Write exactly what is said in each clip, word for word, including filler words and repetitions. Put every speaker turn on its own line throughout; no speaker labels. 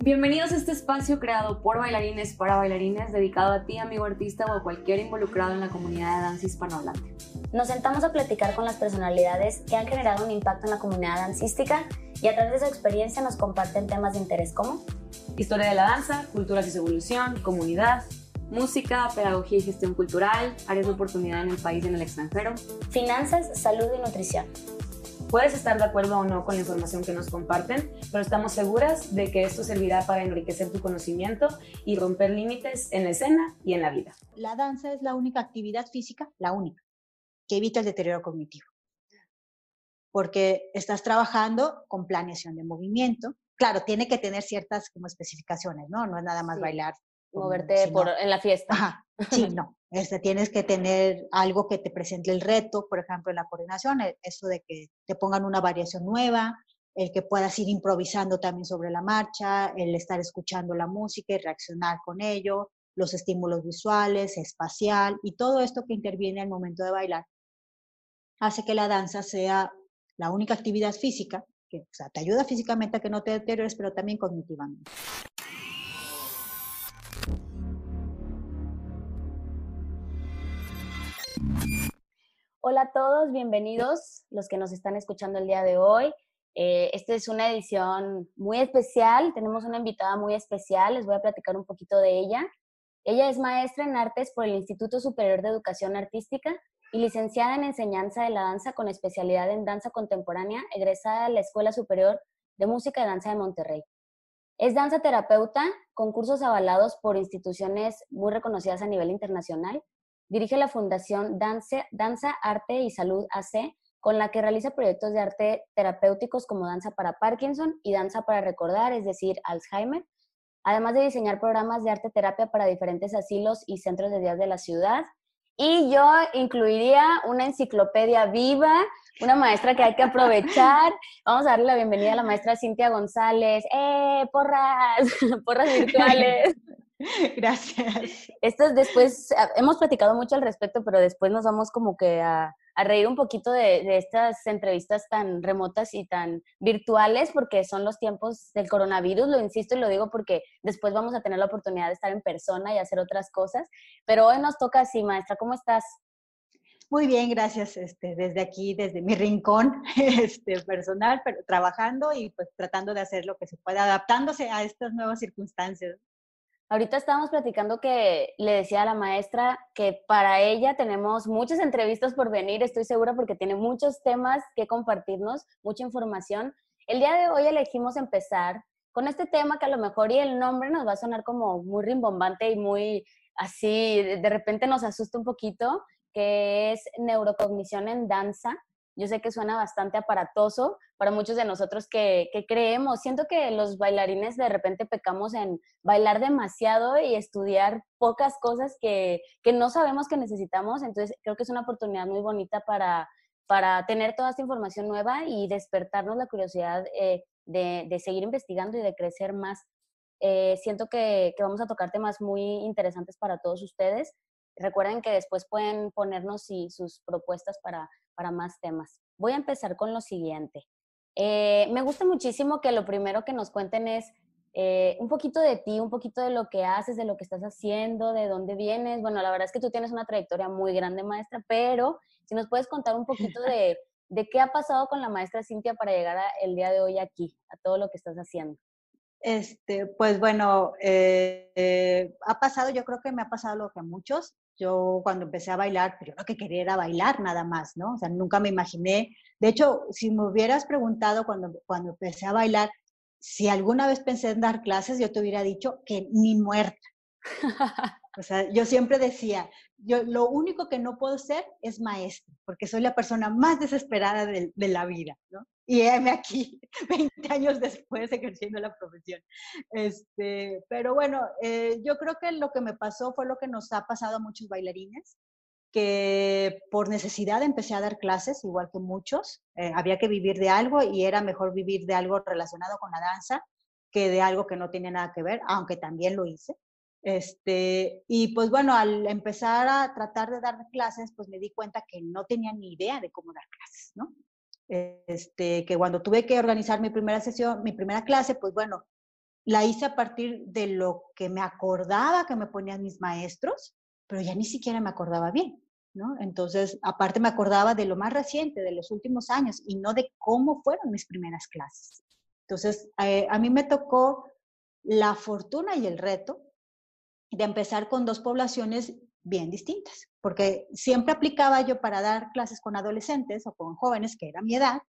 Bienvenidos a este espacio creado por bailarines para bailarines, dedicado a ti, amigo artista o a cualquier involucrado en la comunidad de danza hispanohablante.
Nos sentamos a platicar con las personalidades que han generado un impacto en la comunidad dancística y a través de su experiencia nos comparten temas de interés como
historia de la danza, culturas y su evolución, comunidad, música, pedagogía y gestión cultural, áreas de oportunidad en el país y en el extranjero,
finanzas, salud y nutrición.
Puedes estar de acuerdo o no con la información que nos comparten, pero estamos seguras de que esto servirá para enriquecer tu conocimiento y romper límites en la escena y en la vida.
La danza es la única actividad física, la única, que evita el deterioro cognitivo. Porque estás trabajando con planeación de movimiento. Claro, tiene que tener ciertas como especificaciones, ¿no? No es nada más sí. bailar.
Como, Moverte sino, por, en la fiesta.
Ajá, sí, no. Este, tienes que tener algo que te presente el reto, por ejemplo, en la coordinación, eso de que te pongan una variación nueva, el que puedas ir improvisando también sobre la marcha, el estar escuchando la música y reaccionar con ello, los estímulos visuales, espacial y todo esto que interviene al momento de bailar, hace que la danza sea la única actividad física, que o sea, te ayuda físicamente a que no te deteriores, pero también cognitivamente.
Hola a todos, bienvenidos los que nos están escuchando el día de hoy. Eh, esta es una edición muy especial, tenemos una invitada muy especial, les voy a platicar un poquito de ella. Ella es maestra en artes por el Instituto Superior de Educación Artística y licenciada en enseñanza de la danza con especialidad en danza contemporánea, egresada de la Escuela Superior de Música y Danza de Monterrey. Es danza terapeuta con cursos avalados por instituciones muy reconocidas a nivel internacional. Dirige la Fundación Danza, Danza, Arte y Salud A C, con la que realiza proyectos de arte terapéuticos como danza para Parkinson y danza para recordar, es decir, Alzheimer, además de diseñar programas de arte terapia para diferentes asilos y centros de día de la ciudad. Y yo incluiría una enciclopedia viva, una maestra que hay que aprovechar. Vamos a darle la bienvenida a la maestra Cintia González. ¡Eh, porras! ¡Porras virtuales!
Gracias.
Esto es después, hemos platicado mucho al respecto, pero después nos vamos como que a, a reír un poquito de, de estas entrevistas tan remotas y tan virtuales, porque son los tiempos del coronavirus, lo insisto y lo digo porque después vamos a tener la oportunidad de estar en persona y hacer otras cosas, pero hoy nos toca así, maestra, ¿cómo estás?
Muy bien, gracias, este, desde aquí, desde mi rincón este, personal, pero trabajando y pues tratando de hacer lo que se pueda, adaptándose a estas nuevas circunstancias.
Ahorita estábamos platicando que le decía a la maestra que para ella tenemos muchas entrevistas por venir, estoy segura porque tiene muchos temas que compartirnos, mucha información. El día de hoy elegimos empezar con este tema que a lo mejor y el nombre nos va a sonar como muy rimbombante y muy así, de repente nos asusta un poquito, que es neurocognición en danza. Yo sé que suena bastante aparatoso para muchos de nosotros que, que creemos. Siento que los bailarines de repente pecamos en bailar demasiado y estudiar pocas cosas que, que no sabemos que necesitamos. Entonces creo que es una oportunidad muy bonita para, para tener toda esta información nueva y despertarnos la curiosidad eh, de, de seguir investigando y de crecer más. Eh, siento que, que vamos a tocar temas muy interesantes para todos ustedes. Recuerden que después pueden ponernos sí, sus propuestas para, para más temas. Voy a empezar con lo siguiente. Eh, me gusta muchísimo que lo primero que nos cuenten es eh, un poquito de ti, un poquito de lo que haces, de lo que estás haciendo, de dónde vienes. Bueno, la verdad es que tú tienes una trayectoria muy grande, maestra, pero si nos puedes contar un poquito de, de qué ha pasado con la maestra Cintia para llegar a, el día de hoy aquí, a todo lo que estás haciendo.
Este, pues bueno, eh, eh, ha pasado, yo creo que me ha pasado lo que a muchos. Yo cuando empecé a bailar, pues yo lo que quería era bailar nada más, ¿no? O sea, nunca me imaginé. De hecho, si me hubieras preguntado cuando, cuando empecé a bailar, si alguna vez pensé en dar clases, yo te hubiera dicho que ni muerta. O sea, yo siempre decía, yo lo único que no puedo ser es maestra, porque soy la persona más desesperada de, de la vida, ¿no? Y heme aquí, veinte años después, ejerciendo la profesión. Este, pero bueno, eh, yo creo que lo que me pasó fue lo que nos ha pasado a muchos bailarines, que por necesidad empecé a dar clases, igual que muchos. Eh, había que vivir de algo y era mejor vivir de algo relacionado con la danza que de algo que no tenía nada que ver, aunque también lo hice. Este, y pues bueno, al empezar a tratar de dar clases, pues me di cuenta que no tenía ni idea de cómo dar clases, ¿no? Este, que cuando tuve que organizar mi primera sesión, mi primera clase, pues bueno, la hice a partir de lo que me acordaba que me ponían mis maestros, pero ya ni siquiera me acordaba bien, ¿no? Entonces, aparte me acordaba de lo más reciente, de los últimos años, y no de cómo fueron mis primeras clases. Entonces, eh, a mí me tocó la fortuna y el reto de empezar con dos poblaciones bien distintas, porque siempre aplicaba yo para dar clases con adolescentes o con jóvenes, que era mi edad,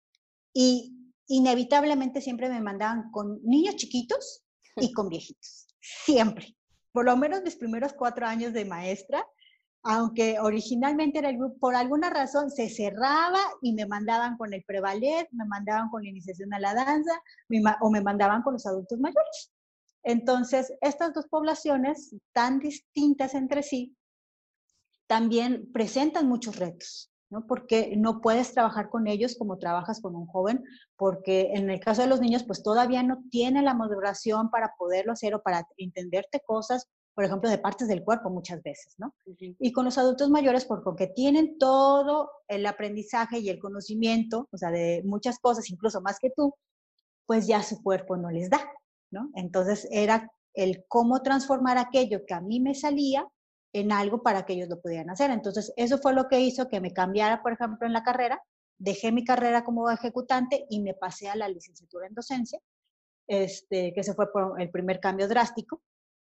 y inevitablemente siempre me mandaban con niños chiquitos y con viejitos, siempre. Por lo menos mis primeros cuatro años de maestra, aunque originalmente era el grupo, por alguna razón se cerraba y me mandaban con el preballet, me mandaban con la iniciación a la danza, o me mandaban con los adultos mayores. Entonces, estas dos poblaciones tan distintas entre sí también presentan muchos retos, ¿no? Porque no puedes trabajar con ellos como trabajas con un joven, porque en el caso de los niños, pues todavía no tiene la maduración para poderlo hacer o para entenderte cosas, por ejemplo, de partes del cuerpo muchas veces, ¿no? Uh-huh. Y con los adultos mayores, porque tienen todo el aprendizaje y el conocimiento, o sea, de muchas cosas, incluso más que tú, pues ya su cuerpo no les da, ¿no? Entonces era el cómo transformar aquello que a mí me salía en algo para que ellos lo pudieran hacer. Entonces eso fue lo que hizo que me cambiara, por ejemplo, en la carrera. Dejé mi carrera como ejecutante y me pasé a la licenciatura en docencia, este, que ese fue el primer cambio drástico.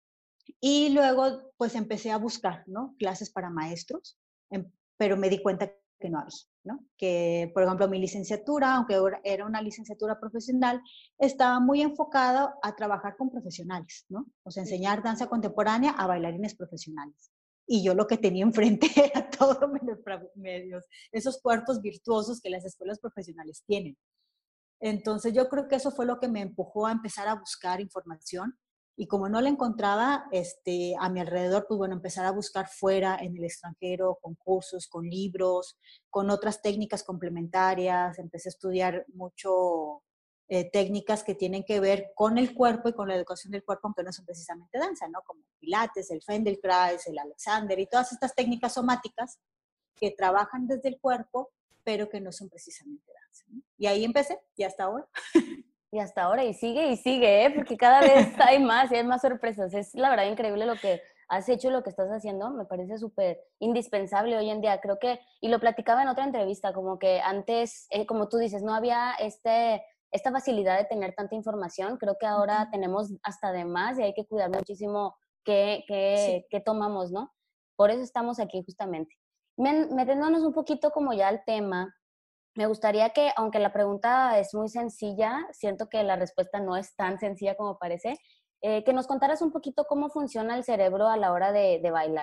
Y luego pues empecé a buscar, ¿no? Clases para maestros, pero me di cuenta que no había, ¿no? Que, por ejemplo, mi licenciatura, aunque era una licenciatura profesional, estaba muy enfocada a trabajar con profesionales, ¿no? O sea, enseñar danza contemporánea a bailarines profesionales. Y yo lo que tenía enfrente era todo menos medios, esos cuerpos virtuosos que las escuelas profesionales tienen. Entonces, yo creo que eso fue lo que me empujó a empezar a buscar información. Y como no la encontraba este, a mi alrededor, pues bueno, empezar a buscar fuera, en el extranjero, con cursos, con libros, con otras técnicas complementarias. Empecé a estudiar mucho eh, técnicas que tienen que ver con el cuerpo y con la educación del cuerpo, aunque no son precisamente danza, ¿no? Como el Pilates, el Feldenkrais, el Alexander y todas estas técnicas somáticas que trabajan desde el cuerpo, pero que no son precisamente danza, ¿no? Y ahí empecé, y hasta ahora.
Y hasta ahora, y sigue y sigue, ¿eh? Porque cada vez hay más y hay más sorpresas. Es la verdad increíble lo que has hecho, lo que estás haciendo. Me parece súper indispensable hoy en día. Creo que, y lo platicaba en otra entrevista, como que antes, eh, como tú dices, no había este, esta facilidad de tener tanta información. Creo que ahora uh-huh. tenemos hasta de más y hay que cuidar muchísimo qué, qué, sí. qué tomamos, ¿no? Por eso estamos aquí justamente. Metiéndonos un poquito como ya al tema, me gustaría que, aunque la pregunta es muy sencilla, siento que la respuesta no es tan sencilla como parece, eh, que nos contaras un poquito cómo funciona el cerebro a la hora de, de bailar.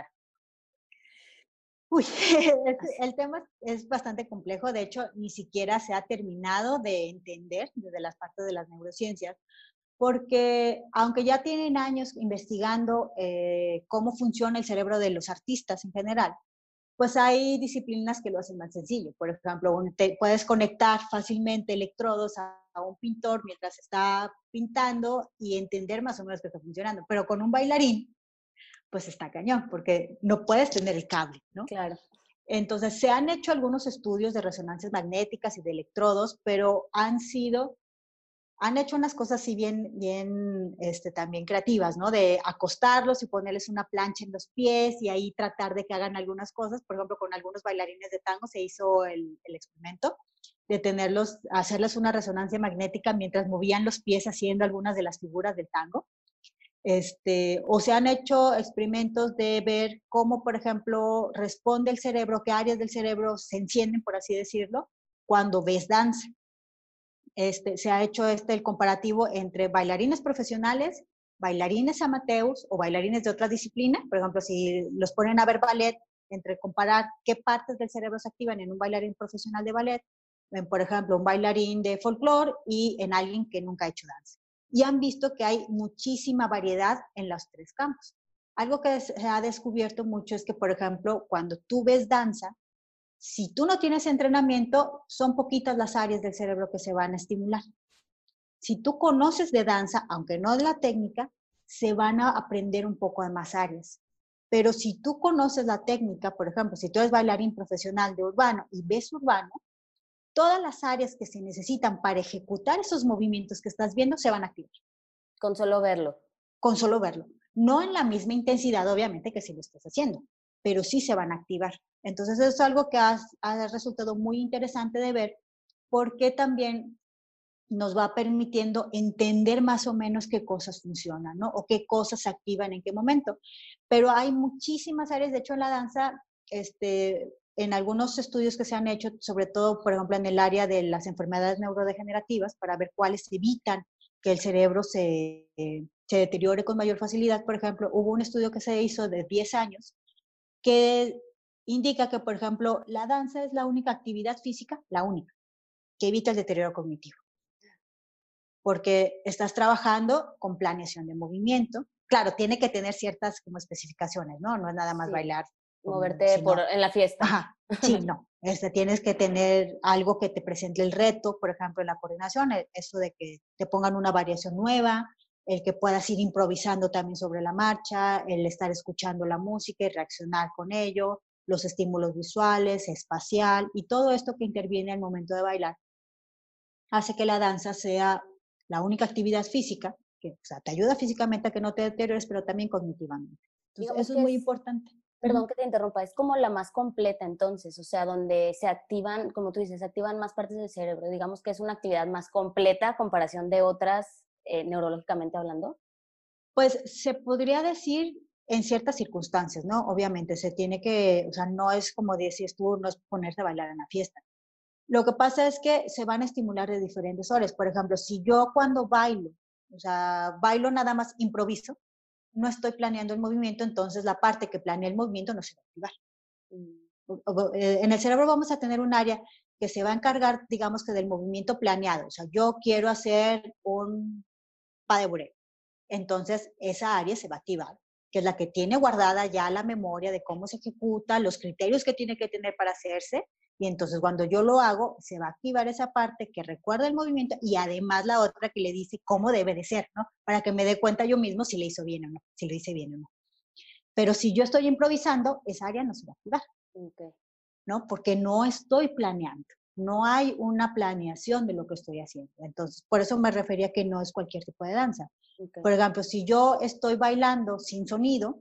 Uy, el tema es bastante complejo, de hecho, ni siquiera se ha terminado de entender desde las partes de las neurociencias, porque aunque ya tienen años investigando eh, cómo funciona el cerebro de los artistas en general, pues hay disciplinas que lo hacen más sencillo. Por ejemplo, te puedes conectar fácilmente electrodos a, a un pintor mientras está pintando y entender más o menos qué está funcionando. Pero con un bailarín, pues está cañón, porque no puedes tener el cable, ¿no?
Claro.
Entonces, se han hecho algunos estudios de resonancias magnéticas y de electrodos, pero han sido... han hecho unas cosas así bien, bien este, también creativas, ¿no? De acostarlos y ponerles una plancha en los pies y ahí tratar de que hagan algunas cosas. Por ejemplo, con algunos bailarines de tango se hizo el, el experimento de tenerlos, hacerles una resonancia magnética mientras movían los pies haciendo algunas de las figuras del tango. Este, o se han hecho experimentos de ver cómo, por ejemplo, responde el cerebro, qué áreas del cerebro se encienden, por así decirlo, cuando ves danza. Este, se ha hecho este, el comparativo entre bailarines profesionales, bailarines amateurs o bailarines de otra disciplina. Por ejemplo, si los ponen a ver ballet, entre comparar qué partes del cerebro se activan en un bailarín profesional de ballet, en, por ejemplo, un bailarín de folclore y en alguien que nunca ha hecho danza. Y han visto que hay muchísima variedad en los tres campos. Algo que se ha descubierto mucho es que, por ejemplo, cuando tú ves danza, si tú no tienes entrenamiento, son poquitas las áreas del cerebro que se van a estimular. Si tú conoces de danza, aunque no de la técnica, se van a aprender un poco de más áreas. Pero si tú conoces la técnica, por ejemplo, si tú eres bailarín profesional de urbano y ves urbano, todas las áreas que se necesitan para ejecutar esos movimientos que estás viendo se van a activar.
Con solo verlo.
Con solo verlo. No en la misma intensidad, obviamente, que si lo estás haciendo, pero sí se van a activar. Entonces, eso es algo que ha, ha resultado muy interesante de ver, porque también nos va permitiendo entender más o menos qué cosas funcionan, ¿no? O qué cosas se activan en qué momento. Pero hay muchísimas áreas, de hecho, en la danza, este, en algunos estudios que se han hecho, sobre todo, por ejemplo, en el área de las enfermedades neurodegenerativas, para ver cuáles evitan que el cerebro se, eh, se deteriore con mayor facilidad. Por ejemplo, hubo un estudio que se hizo de diez años que indica que, por ejemplo, la danza es la única actividad física, la única, que evita el deterioro cognitivo, porque estás trabajando con planeación de movimiento. Claro, tiene que tener ciertas como especificaciones, ¿no? No es nada más
Sí,
bailar, como,
moverte por,
sino,
en la fiesta.
ajá, sí, no. Este, tienes que tener algo que te presente el reto, por ejemplo, en la coordinación, eso de que te pongan una variación nueva, el que puedas ir improvisando también sobre la marcha, el estar escuchando la música y reaccionar con ello, los estímulos visuales, espacial y todo esto que interviene al momento de bailar hace que la danza sea la única actividad física que, o sea, te ayuda físicamente a que no te deteriores, pero también cognitivamente. Entonces,
Digamos
eso es
que
muy
es,
importante.
perdón que te interrumpa, es como la más completa entonces, o sea, donde se activan, como tú dices, se activan más partes del cerebro. Digamos que es una actividad más completa a comparación de otras, eh, neurológicamente hablando.
Pues se podría decir en ciertas circunstancias, ¿no? Obviamente se tiene que, o sea, no es como decías tú, no es ponerte a bailar en la fiesta. Lo que pasa es que se van a estimular de diferentes horas. Por ejemplo, si yo cuando bailo, o sea, bailo nada más improviso, no estoy planeando el movimiento, entonces la parte que planea el movimiento no se va a activar. En el cerebro vamos a tener un área que se va a encargar, digamos que del movimiento planeado. O sea, yo quiero hacer un pas de bourrée. Entonces, esa área se va a activar, que es la que tiene guardada ya la memoria de cómo se ejecuta, los criterios que tiene que tener para hacerse. Y entonces, cuando yo lo hago, se va a activar esa parte que recuerda el movimiento y además la otra que le dice cómo debe de ser, ¿no? Para que me dé cuenta yo mismo si le hizo bien o no, si lo hice bien o no. Pero si yo estoy improvisando, esa área no se va a activar.
Okay.
¿No? Porque no estoy planeando, no hay una planeación de lo que estoy haciendo. Entonces, por eso me refería que no es cualquier tipo de danza.
Okay.
Por ejemplo, si yo estoy bailando sin sonido,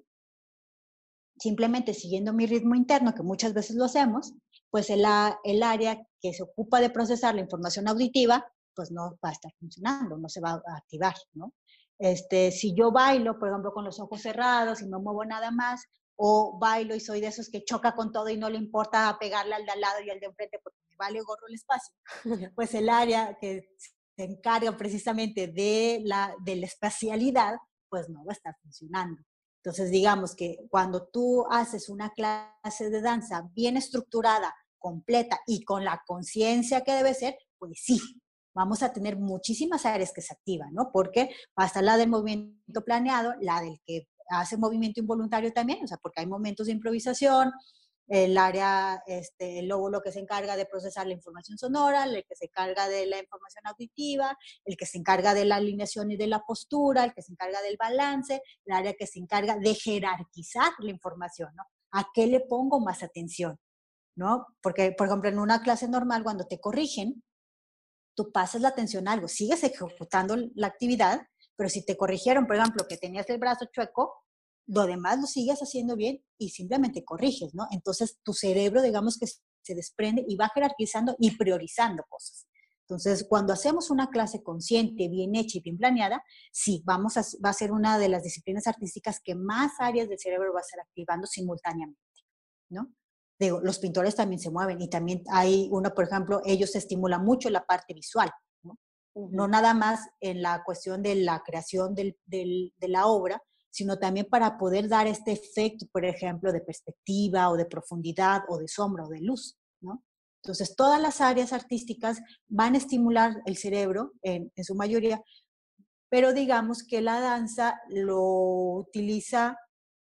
simplemente siguiendo mi ritmo interno, que muchas veces lo hacemos, pues el, el área que se ocupa de procesar la información auditiva, pues no va a estar funcionando, no se va a activar, ¿no? Este, si yo bailo, por ejemplo, con los ojos cerrados y no muevo nada más, o bailo y soy de esos que choca con todo y no le importa pegarle al de al lado y al de enfrente porque me vale gorro el espacio, pues el área que se encarga precisamente de la, de la espacialidad, pues no va a estar funcionando. Entonces, digamos que cuando tú haces una clase de danza bien estructurada, completa y con la conciencia que debe ser, pues sí, vamos a tener muchísimas áreas que se activan, ¿no? Porque hasta la del movimiento planeado, la del que hace movimiento involuntario también, o sea, porque hay momentos de improvisación, el área, este, el lóbulo que se encarga de procesar la información sonora, el que se encarga de la información auditiva, el que se encarga de la alineación y de la postura, el que se encarga del balance, el área que se encarga de jerarquizar la información, ¿no? ¿A qué le pongo más atención? ¿No? Porque, por ejemplo, en una clase normal, cuando te corrigen, tú pasas la atención a algo, sigues ejecutando la actividad, pero si te corrigieron, por ejemplo, que tenías el brazo chueco, lo demás lo sigues haciendo bien y simplemente corriges, ¿no? Entonces tu cerebro, digamos que se desprende y va jerarquizando y priorizando cosas. Entonces, cuando hacemos una clase consciente, bien hecha y bien planeada, sí, vamos a, va a ser una de las disciplinas artísticas que más áreas del cerebro va a estar activando simultáneamente, ¿no? Digo, los pintores también se mueven y también hay uno, por ejemplo, ellos estimulan mucho la parte visual, ¿no? Uh-huh. No nada más en la cuestión de la creación del, del, de la obra, sino también para poder dar este efecto, por ejemplo, de perspectiva o de profundidad o de sombra o de luz, ¿no? Entonces, todas las áreas artísticas van a estimular el cerebro en, en su mayoría, pero digamos que la danza lo utiliza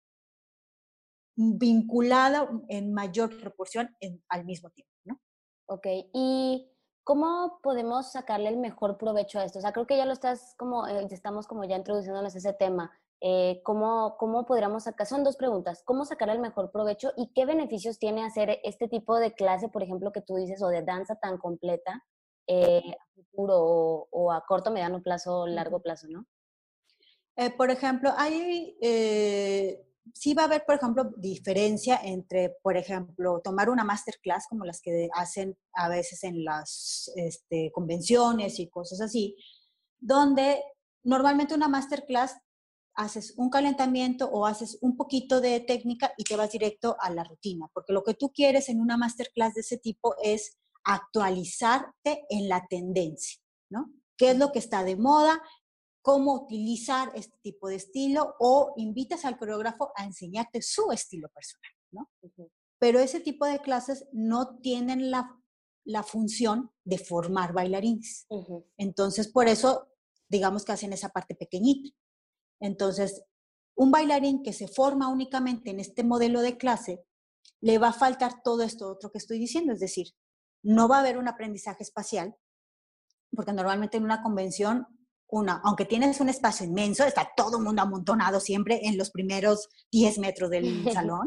vinculada en mayor proporción en, al mismo tiempo, ¿no?
Ok, ¿y cómo podemos sacarle el mejor provecho a esto? O sea, creo que ya lo estás como, eh, estamos como ya introduciéndonos a ese tema. Eh, ¿cómo, ¿Cómo podríamos sacar? Son dos preguntas. ¿Cómo sacarle el mejor provecho y qué beneficios tiene hacer este tipo de clase, por ejemplo, que tú dices, o de danza tan completa, eh, a futuro o, o a corto, mediano plazo, largo plazo, ¿no?
Eh, por ejemplo, hay, eh, sí va a haber, por ejemplo, diferencia entre, por ejemplo, tomar una masterclass como las que hacen a veces en las este, convenciones y cosas así, donde normalmente una masterclass haces un calentamiento o haces un poquito de técnica y te vas directo a la rutina, porque lo que tú quieres en una masterclass de ese tipo es actualizarte en la tendencia, ¿no? ¿Qué es lo que está de moda? Cómo utilizar este tipo de estilo o invitas al coreógrafo a enseñarte su estilo personal, ¿no? Uh-huh. Pero ese tipo de clases no tienen la, la función de formar bailarines. Uh-huh. Entonces, por eso, digamos que hacen esa parte pequeñita. Entonces, un bailarín que se forma únicamente en este modelo de clase, le va a faltar todo esto otro que estoy diciendo, es decir, no va a haber un aprendizaje espacial, porque normalmente en una convención, una, aunque tienes un espacio inmenso, está todo el mundo amontonado siempre en los primeros diez metros del salón,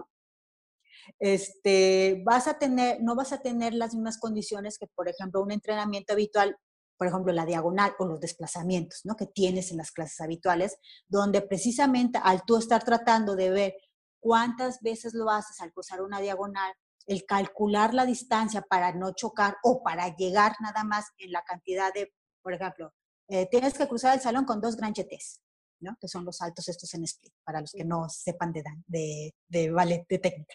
este, vas a tener, no vas a tener las mismas condiciones que, por ejemplo, un entrenamiento habitual, por ejemplo, la diagonal o los desplazamientos, ¿no? Que tienes en las clases habituales, donde precisamente al tú estar tratando de ver cuántas veces lo haces al cruzar una diagonal, el calcular la distancia para no chocar o para llegar nada más en la cantidad de, por ejemplo, eh, tienes que cruzar el salón con dos gran chetés, ¿no? Que son los saltos estos en split, para los que no sepan de, de, de ballet, de técnica.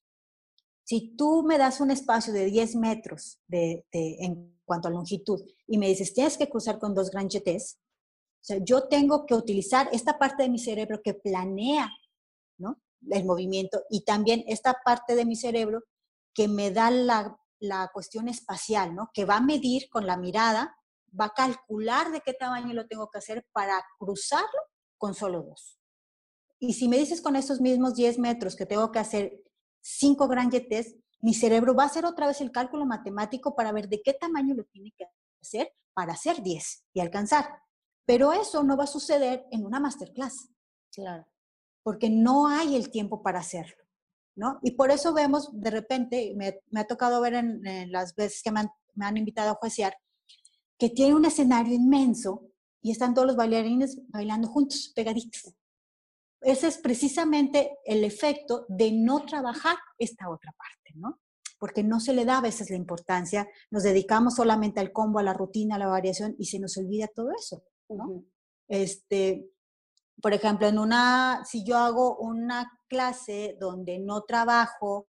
Si tú me das un espacio de diez metros de, de, en cuanto a longitud y me dices, tienes que cruzar con dos gran chetés, o sea, yo tengo que utilizar esta parte de mi cerebro que planea, ¿no? El movimiento y también esta parte de mi cerebro que me da la, la cuestión espacial, ¿no? Que va a medir con la mirada, va a calcular de qué tamaño lo tengo que hacer para cruzarlo con solo dos. Y si me dices con estos mismos diez metros que tengo que hacer cinco gran jetés, mi cerebro va a hacer otra vez el cálculo matemático para ver de qué tamaño lo tiene que hacer para hacer diez y alcanzar. Pero eso no va a suceder en una masterclass.
Claro.
Porque no hay el tiempo para hacerlo, ¿no? Y por eso vemos, de repente, me, me ha tocado ver en, en las veces que me han, me han invitado a juecear, que tiene un escenario inmenso y están todos los bailarines bailando juntos, pegaditos. Ese es precisamente el efecto de no trabajar esta otra parte, ¿no? Porque no se le da a veces la importancia, nos dedicamos solamente al combo, a la rutina, a la variación y se nos olvida todo eso, ¿no? Uh-huh. Este, por ejemplo, en una, si yo hago una clase donde no trabajo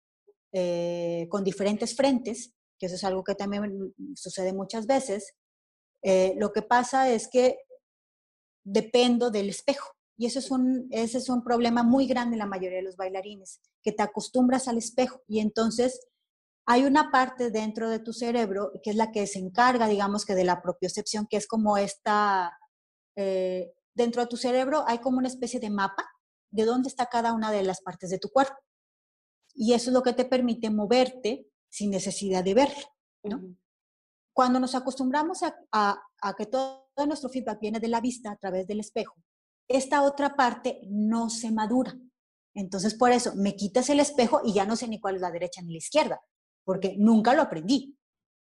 eh, con diferentes frentes, que eso es algo que también sucede muchas veces, eh, lo que pasa es que dependo del espejo. Y eso es un, ese es un problema muy grande en la mayoría de los bailarines, que te acostumbras al espejo y entonces hay una parte dentro de tu cerebro que es la que se encarga, digamos que de la propiocepción, que es como esta, eh, dentro de tu cerebro hay como una especie de mapa de dónde está cada una de las partes de tu cuerpo. Y eso es lo que te permite moverte sin necesidad de verlo, ¿no? Uh-huh. Cuando nos acostumbramos a, a, a que todo nuestro feedback viene de la vista a través del espejo, esta otra parte no se madura. Entonces, por eso, me quitas el espejo y ya no sé ni cuál es la derecha ni la izquierda, porque nunca lo aprendí.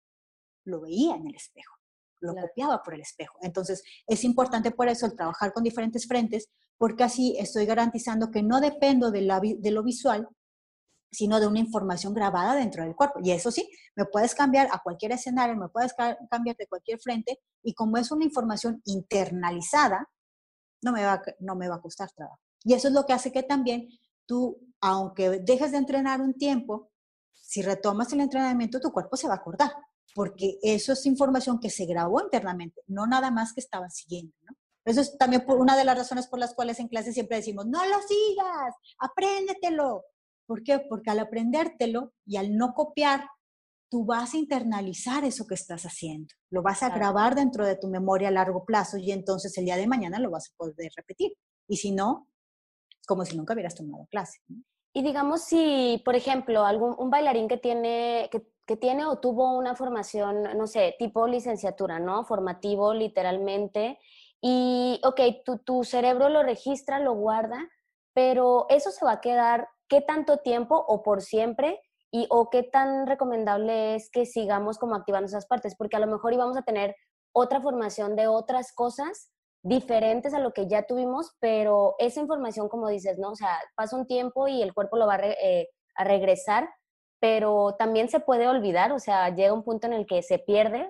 Lo veía en el espejo, lo claro. copiaba por el espejo. Entonces, es importante por eso el trabajar con diferentes frentes, porque así estoy garantizando que no dependo de, la, de lo visual, sino de una información grabada dentro del cuerpo. Y eso sí, me puedes cambiar a cualquier escenario, me puedes cambiar de cualquier frente, y como es una información internalizada, no me, va, no me va a costar trabajo. Y eso es lo que hace que también tú, aunque dejes de entrenar un tiempo, si retomas el entrenamiento, tu cuerpo se va a acordar, porque eso es información que se grabó internamente, no nada más que estaban siguiendo, ¿no? Eso es también por una de las razones por las cuales en clase siempre decimos, no lo sigas, apréndetelo. ¿Por qué? Porque al aprendértelo y al no copiar, tú vas a internalizar eso que estás haciendo. Lo vas a grabar dentro de tu memoria a largo plazo y entonces el día de mañana lo vas a poder repetir. Y si no, como si nunca hubieras tomado clase, ¿no?
Y digamos si, por ejemplo, algún, un bailarín que tiene, que, que tiene o tuvo una formación, no sé, tipo licenciatura, ¿no? Formativo, literalmente. Y, ok, tu, tu cerebro lo registra, lo guarda, pero eso se va a quedar, ¿qué tanto tiempo o por siempre? Y, o qué tan recomendable es que sigamos como activando esas partes, porque a lo mejor íbamos a tener otra formación de otras cosas, diferentes a lo que ya tuvimos, pero esa información, como dices, ¿no? O sea, pasa un tiempo y el cuerpo lo va a, re, eh, a regresar, pero también se puede olvidar, o sea, llega un punto en el que se pierde.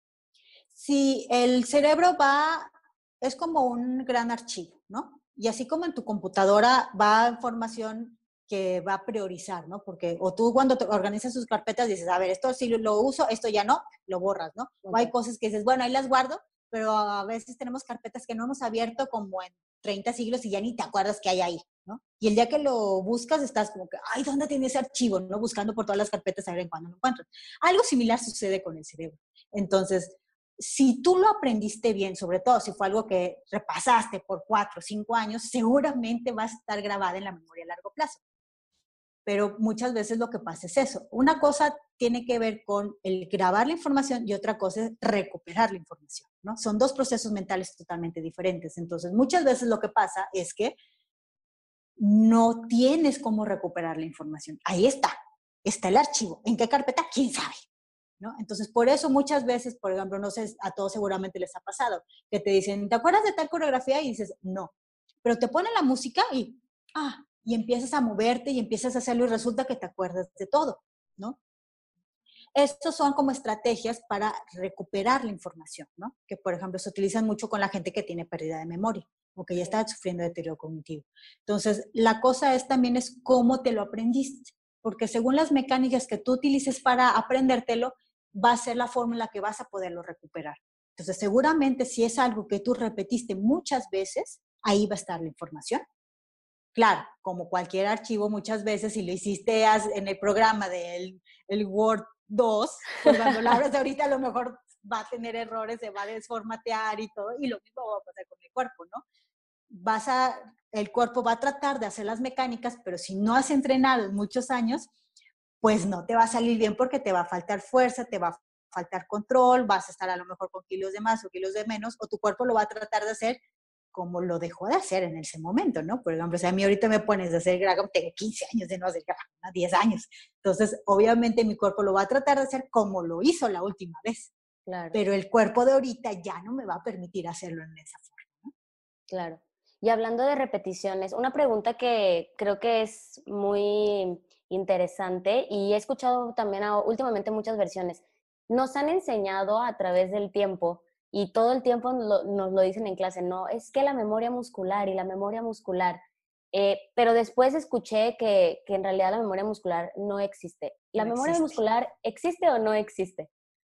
Sí, el cerebro va, es como un gran archivo, ¿no? Y así como en tu computadora va información que va a priorizar, ¿no? Porque, o tú cuando te organizas tus carpetas dices, a ver, esto sí lo uso, esto ya no, lo borras, ¿no? Okay. O hay cosas que dices, bueno, ahí las guardo, pero a veces tenemos carpetas que no hemos abierto como en treinta siglos y ya ni te acuerdas que hay ahí, ¿no? Y el día que lo buscas estás como que, ay, ¿dónde tiene ese archivo? ¿No? Buscando por todas las carpetas a ver en cuándo lo encuentras. Algo similar sucede con el cerebro. Entonces, si tú lo aprendiste bien, sobre todo si fue algo que repasaste por cuatro o cinco años, seguramente vas a estar grabada en la memoria a largo plazo. Pero muchas veces lo que pasa es eso. Una cosa tiene que ver con el grabar la información y otra cosa es recuperar la información, ¿no? Son dos procesos mentales totalmente diferentes. Entonces, muchas veces lo que pasa es que no tienes cómo recuperar la información. Ahí está, está el archivo. ¿En qué carpeta? ¿Quién sabe? ¿No? Entonces, por eso muchas veces, por ejemplo, no sé, a todos seguramente les ha pasado, que te dicen, ¿te acuerdas de tal coreografía? Y dices, no. Pero te ponen la música y, ah, y empiezas a moverte y empiezas a hacerlo y resulta que te acuerdas de todo, ¿no? Estos son como estrategias para recuperar la información, ¿no? Que, por ejemplo, se utilizan mucho con la gente que tiene pérdida de memoria o que ya está sufriendo de deterioro cognitivo. Entonces, la cosa es también es cómo te lo aprendiste, porque según las mecánicas que tú utilices para aprendértelo, va a ser la forma en la que vas a poderlo recuperar. Entonces, seguramente si es algo que tú repetiste muchas veces, ahí va a estar la información. Claro, como cualquier archivo, muchas veces si lo hiciste en el programa del el Word dos, pues cuando lo abres ahorita a lo mejor va a tener errores, se va a desformatear y todo, y lo mismo va a pasar con el cuerpo, ¿no? Vas a, el cuerpo va a tratar de hacer las mecánicas, pero si no has entrenado en muchos años, pues no te va a salir bien porque te va a faltar fuerza, te va a faltar control, vas a estar a lo mejor con kilos de más o kilos de menos, o tu cuerpo lo va a tratar de hacer como lo dejó de hacer en ese momento, ¿no? Por ejemplo, o sea, a mí ahorita me pones de hacer Graham, tengo quince años de no hacer Graham, diez años. Entonces, obviamente mi cuerpo lo va a tratar de hacer como lo hizo la última vez.
Claro.
Pero el cuerpo de ahorita ya no me va a permitir hacerlo en esa forma, ¿no?
Claro. Y hablando de repeticiones, una pregunta que creo que es muy interesante y he escuchado también a, últimamente muchas versiones. Nos han enseñado a través del tiempo y todo el tiempo nos lo, nos lo dicen en clase, no, es que la memoria muscular y la memoria muscular, eh, pero después escuché que, que en realidad la memoria muscular no existe. ¿La
no
memoria
existe.
muscular existe o no existe?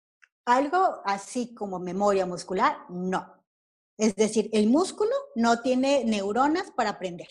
Algo así como memoria muscular, no. Es decir, el músculo no tiene neuronas para aprender.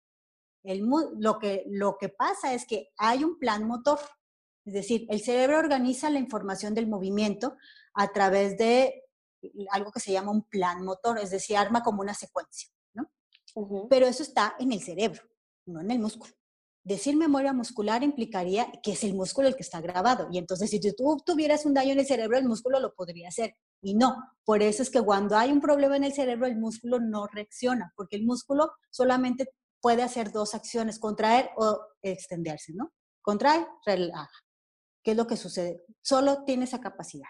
El, lo, que, lo que pasa es que hay un plan motor. Es decir, el cerebro organiza la información del movimiento a través de algo que se llama un plan motor, es decir, arma como una secuencia, ¿no? Uh-huh. Pero eso está en el cerebro, no en el músculo. Decir memoria muscular implicaría que es el músculo el que está grabado. Y entonces, si tú tuvieras un daño en el cerebro, el músculo lo podría hacer. Y no, por eso es que cuando hay un problema en el cerebro, el músculo no reacciona, porque el músculo solamente puede hacer dos acciones, contraer o extenderse, ¿no? Contrae, relaja. ¿Qué es lo que sucede? Solo tiene esa capacidad.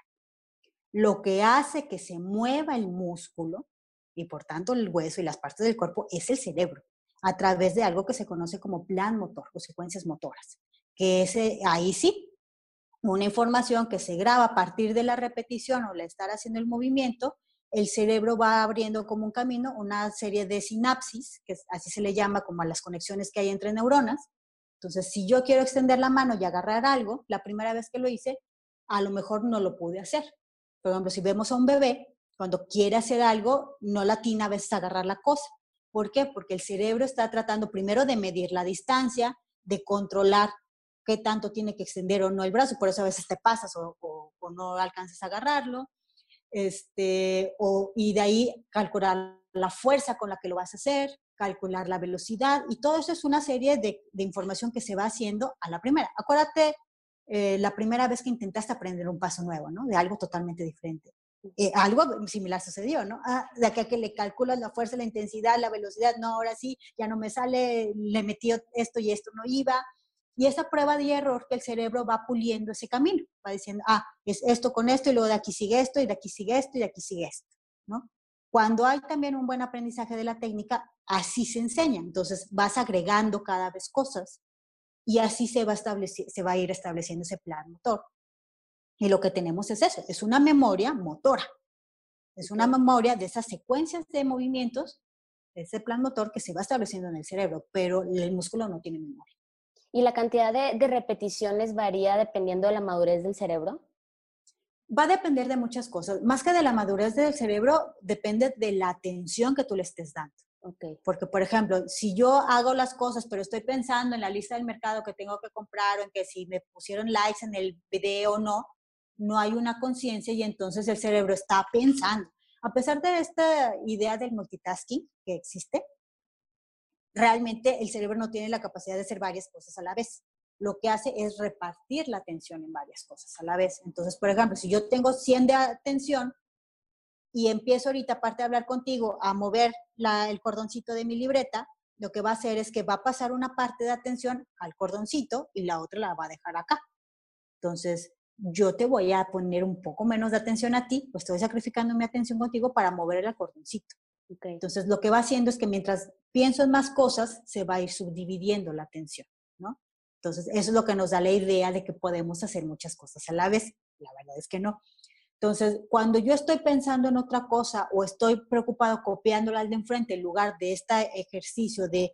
Lo que hace que se mueva el músculo y por tanto el hueso y las partes del cuerpo es el cerebro, a través de algo que se conoce como plan motor o secuencias motoras, que es ahí sí, una información que se graba a partir de la repetición o la estar haciendo el movimiento, el cerebro va abriendo como un camino una serie de sinapsis, que así se le llama como a las conexiones que hay entre neuronas. Entonces, si yo quiero extender la mano y agarrar algo, la primera vez que lo hice, a lo mejor no lo pude hacer. Por ejemplo, si vemos a un bebé, cuando quiere hacer algo, no le atina a veces a agarrar la cosa. ¿Por qué? Porque el cerebro está tratando primero de medir la distancia, de controlar qué tanto tiene que extender o no el brazo, por eso a veces te pasas o, o, o no alcanzas a agarrarlo, este, o, y de ahí calcular la fuerza con la que lo vas a hacer, calcular la velocidad, y todo eso es una serie de, de información que se va haciendo a la primera. Acuérdate eh, la primera vez que intentaste aprender un paso nuevo, ¿no? De algo totalmente diferente. Eh, algo similar sucedió, ¿no? Ah, de acá que le calculas la fuerza, la intensidad, la velocidad, no, ahora sí, ya no me sale, le metí esto y esto no iba. Y esa prueba de error que el cerebro va puliendo ese camino, va diciendo, ah, es esto con esto, y luego de aquí sigue esto, y de aquí sigue esto, y de aquí sigue esto, ¿no? Cuando hay también un buen aprendizaje de la técnica, así se enseña. Entonces vas agregando cada vez cosas y así se va, se va a ir estableciendo ese plan motor. Y lo que tenemos es eso, es una memoria motora. Es una memoria de esas secuencias de movimientos, de ese plan motor que se va estableciendo en el cerebro, pero el músculo no tiene memoria.
¿Y la cantidad de, de repeticiones varía dependiendo de la madurez del cerebro?
Va a depender de muchas cosas. Más que de la madurez del cerebro, depende de la atención que tú le estés dando.
Okay.
Porque, por ejemplo, si yo hago las cosas, pero estoy pensando en la lista del mercado que tengo que comprar o en que si me pusieron likes en el video o no, no hay una conciencia y entonces el cerebro está pensando. A pesar de esta idea del multitasking que existe, realmente el cerebro no tiene la capacidad de hacer varias cosas a la vez. Lo que hace es repartir la atención en varias cosas a la vez. Entonces, por ejemplo, si yo tengo cien de atención y empiezo ahorita, aparte de hablar contigo, a mover la, el cordoncito de mi libreta, lo que va a hacer es que va a pasar una parte de atención al cordoncito y la otra la va a dejar acá. Entonces, yo te voy a poner un poco menos de atención a ti, pues estoy sacrificando mi atención contigo para mover el cordoncito. Okay. Entonces, lo que va haciendo es que mientras pienso en más cosas, se va a ir subdividiendo la atención, ¿no? Entonces, eso es lo que nos da la idea de que podemos hacer muchas cosas a la vez. La verdad es que no. Entonces, cuando yo estoy pensando en otra cosa o estoy preocupado copiándola al de enfrente, en lugar de este ejercicio de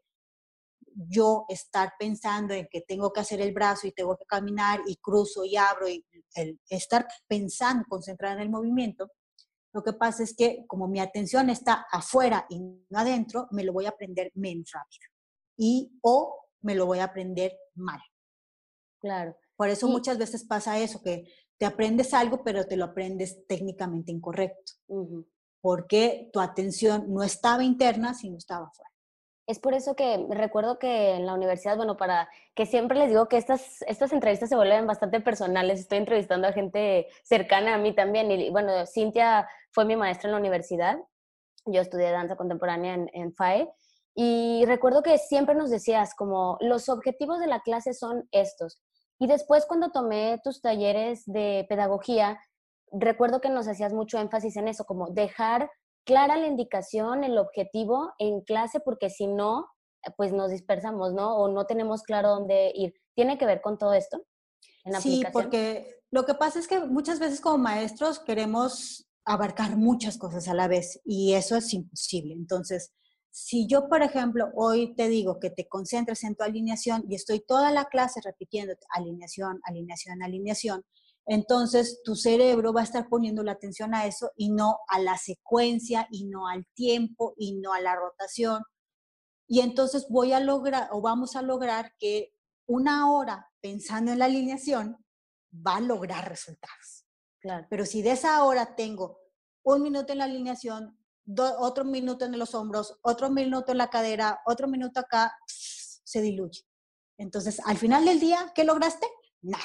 yo estar pensando en que tengo que hacer el brazo y tengo que caminar y cruzo y abro y el estar pensando, concentrada en el movimiento, lo que pasa es que como mi atención está afuera y no adentro, me lo voy a aprender menos rápido y o me lo voy a aprender mal.
Claro.
Por eso
y,
muchas veces pasa eso, que te aprendes algo, pero te lo aprendes técnicamente incorrecto. Uh-huh. Porque tu atención no estaba interna, sino estaba afuera.
Es por eso que recuerdo que en la universidad, bueno, para que siempre les digo que estas, estas entrevistas se vuelven bastante personales. Estoy entrevistando a gente cercana a mí también. Y bueno, Cintia fue mi maestra en la universidad. Yo estudié danza contemporánea en, en F A E. Y recuerdo que siempre nos decías como los objetivos de la clase son estos. Y después cuando tomé tus talleres de pedagogía, recuerdo que nos hacías mucho énfasis en eso, como dejar clara la indicación, el objetivo en clase, porque si no, pues nos dispersamos, ¿no? O no tenemos claro dónde ir. ¿Tiene que ver con todo esto?
En sí, aplicación? Porque lo que pasa es que muchas veces como maestros queremos abarcar muchas cosas a la vez y eso es imposible. Entonces, si yo, por ejemplo, hoy te digo que te concentres en tu alineación y estoy toda la clase repitiendo alineación, alineación, alineación, entonces tu cerebro va a estar poniendo la atención a eso y no a la secuencia y no al tiempo y no a la rotación. Y entonces voy a lograr o vamos a lograr que una hora pensando en la alineación va a lograr resultados.
Claro.
Pero si de esa hora tengo un minuto en la alineación, do, otro minuto en los hombros, otro minuto en la cadera, otro minuto acá, se diluye. Entonces, al final del día, ¿qué lograste? Nada.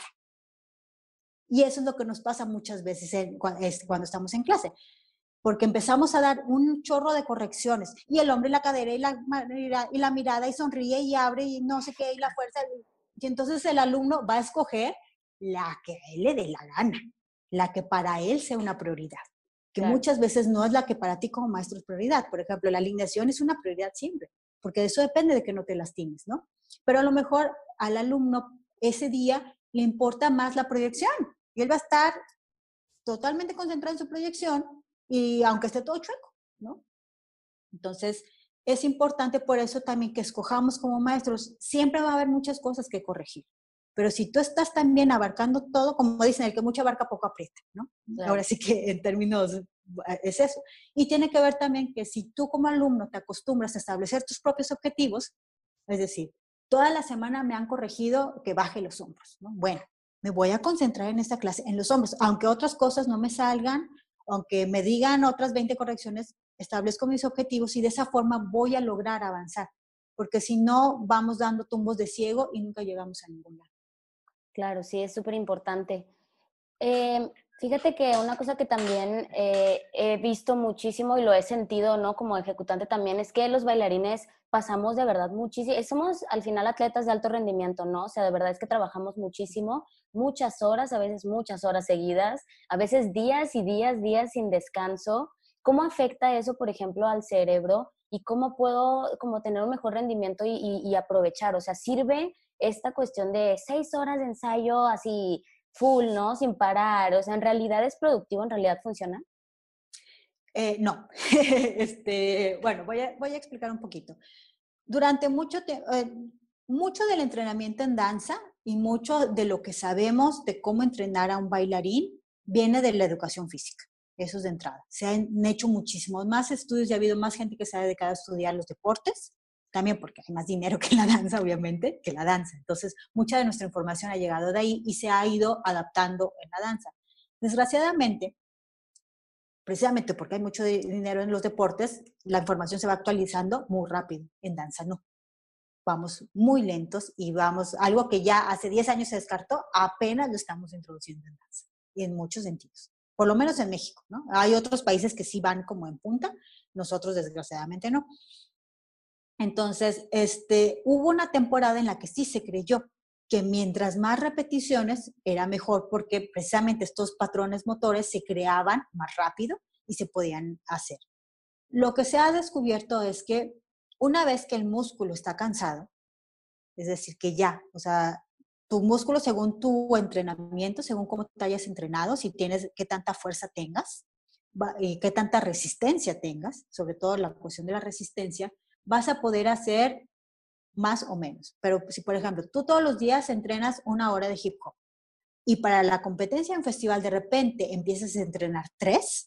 Y eso es lo que nos pasa muchas veces en, cuando estamos en clase, porque empezamos a dar un chorro de correcciones y el hombre la cadera y la, y la mirada y sonríe y abre y no sé qué y la fuerza. Y entonces el alumno va a escoger la que a él le dé la gana, la que para él sea una prioridad, que claro. Muchas veces no es la que para ti como maestro es prioridad. Por ejemplo, la alineación es una prioridad siempre, porque de eso depende de que no te lastimes, ¿no? Pero a lo mejor al alumno ese día le importa más la proyección. Y él va a estar totalmente concentrado en su proyección y aunque esté todo chueco, ¿no? Entonces, es importante por eso también que escojamos como maestros. Siempre va a haber muchas cosas que corregir. Pero si tú estás también abarcando todo, como dicen, el que mucho abarca poco aprieta, ¿no? Claro. Ahora sí que en términos es eso. Y tiene que ver también que si tú como alumno te acostumbras a establecer tus propios objetivos, es decir, toda la semana me han corregido que baje los hombros, ¿no? Bueno, me voy a concentrar en esta clase, en los hombros, aunque otras cosas no me salgan, aunque me digan otras veinte correcciones, establezco mis objetivos y de esa forma voy a lograr avanzar, porque si no, vamos dando tumbos de ciego y nunca llegamos a ningún lado.
Claro, sí, es súper importante. Eh, fíjate que una cosa que también eh, he visto muchísimo y lo he sentido, ¿no? Como ejecutante también, es que los bailarines pasamos de verdad muchísimo, somos al final atletas de alto rendimiento, ¿no? O sea, de verdad es que trabajamos muchísimo, muchas horas, a veces muchas horas seguidas, a veces días y días, días sin descanso. ¿Cómo afecta eso, por ejemplo, al cerebro? ¿Y cómo puedo como tener un mejor rendimiento y, y, y aprovechar? O sea, ¿sirve esta cuestión de seis horas de ensayo así full, ¿no? Sin parar. O sea, ¿en realidad es productivo? ¿En realidad funciona?
Eh, no. este, bueno, voy a, voy a explicar un poquito. Durante mucho tiempo, eh, mucho del entrenamiento en danza y mucho de lo que sabemos de cómo entrenar a un bailarín viene de la educación física. Eso es de entrada. Se han hecho muchísimos más estudios y ha habido más gente que se ha dedicado a estudiar los deportes, también porque hay más dinero que en la danza, obviamente, que la danza. Entonces, mucha de nuestra información ha llegado de ahí y se ha ido adaptando en la danza. Desgraciadamente, precisamente porque hay mucho dinero en los deportes, la información se va actualizando muy rápido. En danza no. Vamos muy lentos y vamos, algo que ya hace diez años se descartó, apenas lo estamos introduciendo en danza, y en muchos sentidos. Por lo menos en México, ¿no? Hay otros países que sí van como en punta, nosotros desgraciadamente no. Entonces, este, hubo una temporada en la que sí se creyó que mientras más repeticiones era mejor porque precisamente estos patrones motores se creaban más rápido y se podían hacer. Lo que se ha descubierto es que una vez que el músculo está cansado, es decir, que ya, o sea, tu músculo según tu entrenamiento, según cómo te hayas entrenado, si tienes, qué tanta fuerza tengas y qué tanta resistencia tengas, sobre todo la cuestión de la resistencia, vas a poder hacer más o menos. Pero si, por ejemplo, tú todos los días entrenas una hora de hip hop y para la competencia en festival de repente empiezas a entrenar tres,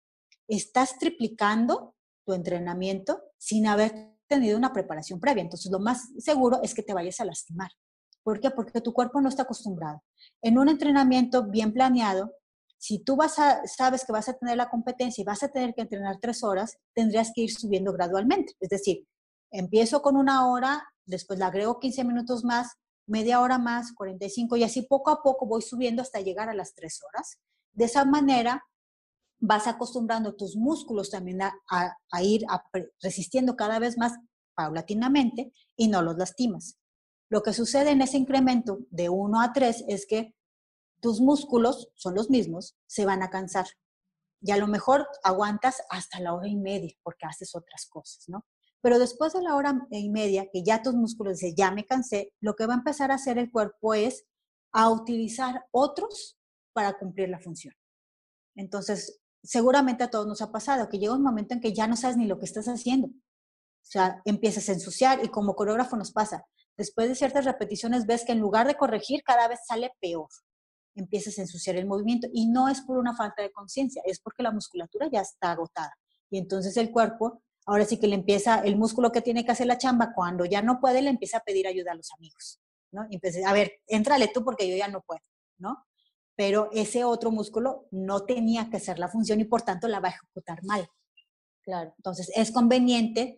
estás triplicando tu entrenamiento sin haber tenido una preparación previa. Entonces, lo más seguro es que te vayas a lastimar. ¿Por qué? Porque tu cuerpo no está acostumbrado. En un entrenamiento bien planeado, si tú vas a, sabes que vas a tener la competencia y vas a tener que entrenar tres horas, tendrías que ir subiendo gradualmente. Es decir, empiezo con una hora, después le agrego quince minutos más, media hora más, cuarenta y cinco, y así poco a poco voy subiendo hasta llegar a las tres horas. De esa manera, vas acostumbrando tus músculos también a, a, a ir a, resistiendo cada vez más paulatinamente y no los lastimas. Lo que sucede en ese incremento de uno a tres es que tus músculos son los mismos, se van a cansar. Y a lo mejor aguantas hasta la hora y media porque haces otras cosas, ¿no? Pero después de la hora y media, que ya tus músculos dicen, ya me cansé, lo que va a empezar a hacer el cuerpo es a utilizar otros para cumplir la función. Entonces, seguramente a todos nos ha pasado que llega un momento en que ya no sabes ni lo que estás haciendo. O sea, empiezas a ensuciar y como coreógrafo nos pasa. Después de ciertas repeticiones ves que en lugar de corregir, cada vez sale peor. Empiezas a ensuciar el movimiento y no es por una falta de conciencia, es porque la musculatura ya está agotada. Y entonces el cuerpo, ahora sí que le empieza, el músculo que tiene que hacer la chamba, cuando ya no puede, le empieza a pedir ayuda a los amigos, ¿no? Y empieza, a ver, éntrale tú porque yo ya no puedo, ¿no? Pero ese otro músculo no tenía que hacer la función y por tanto la va a ejecutar mal.
Claro.
Entonces es conveniente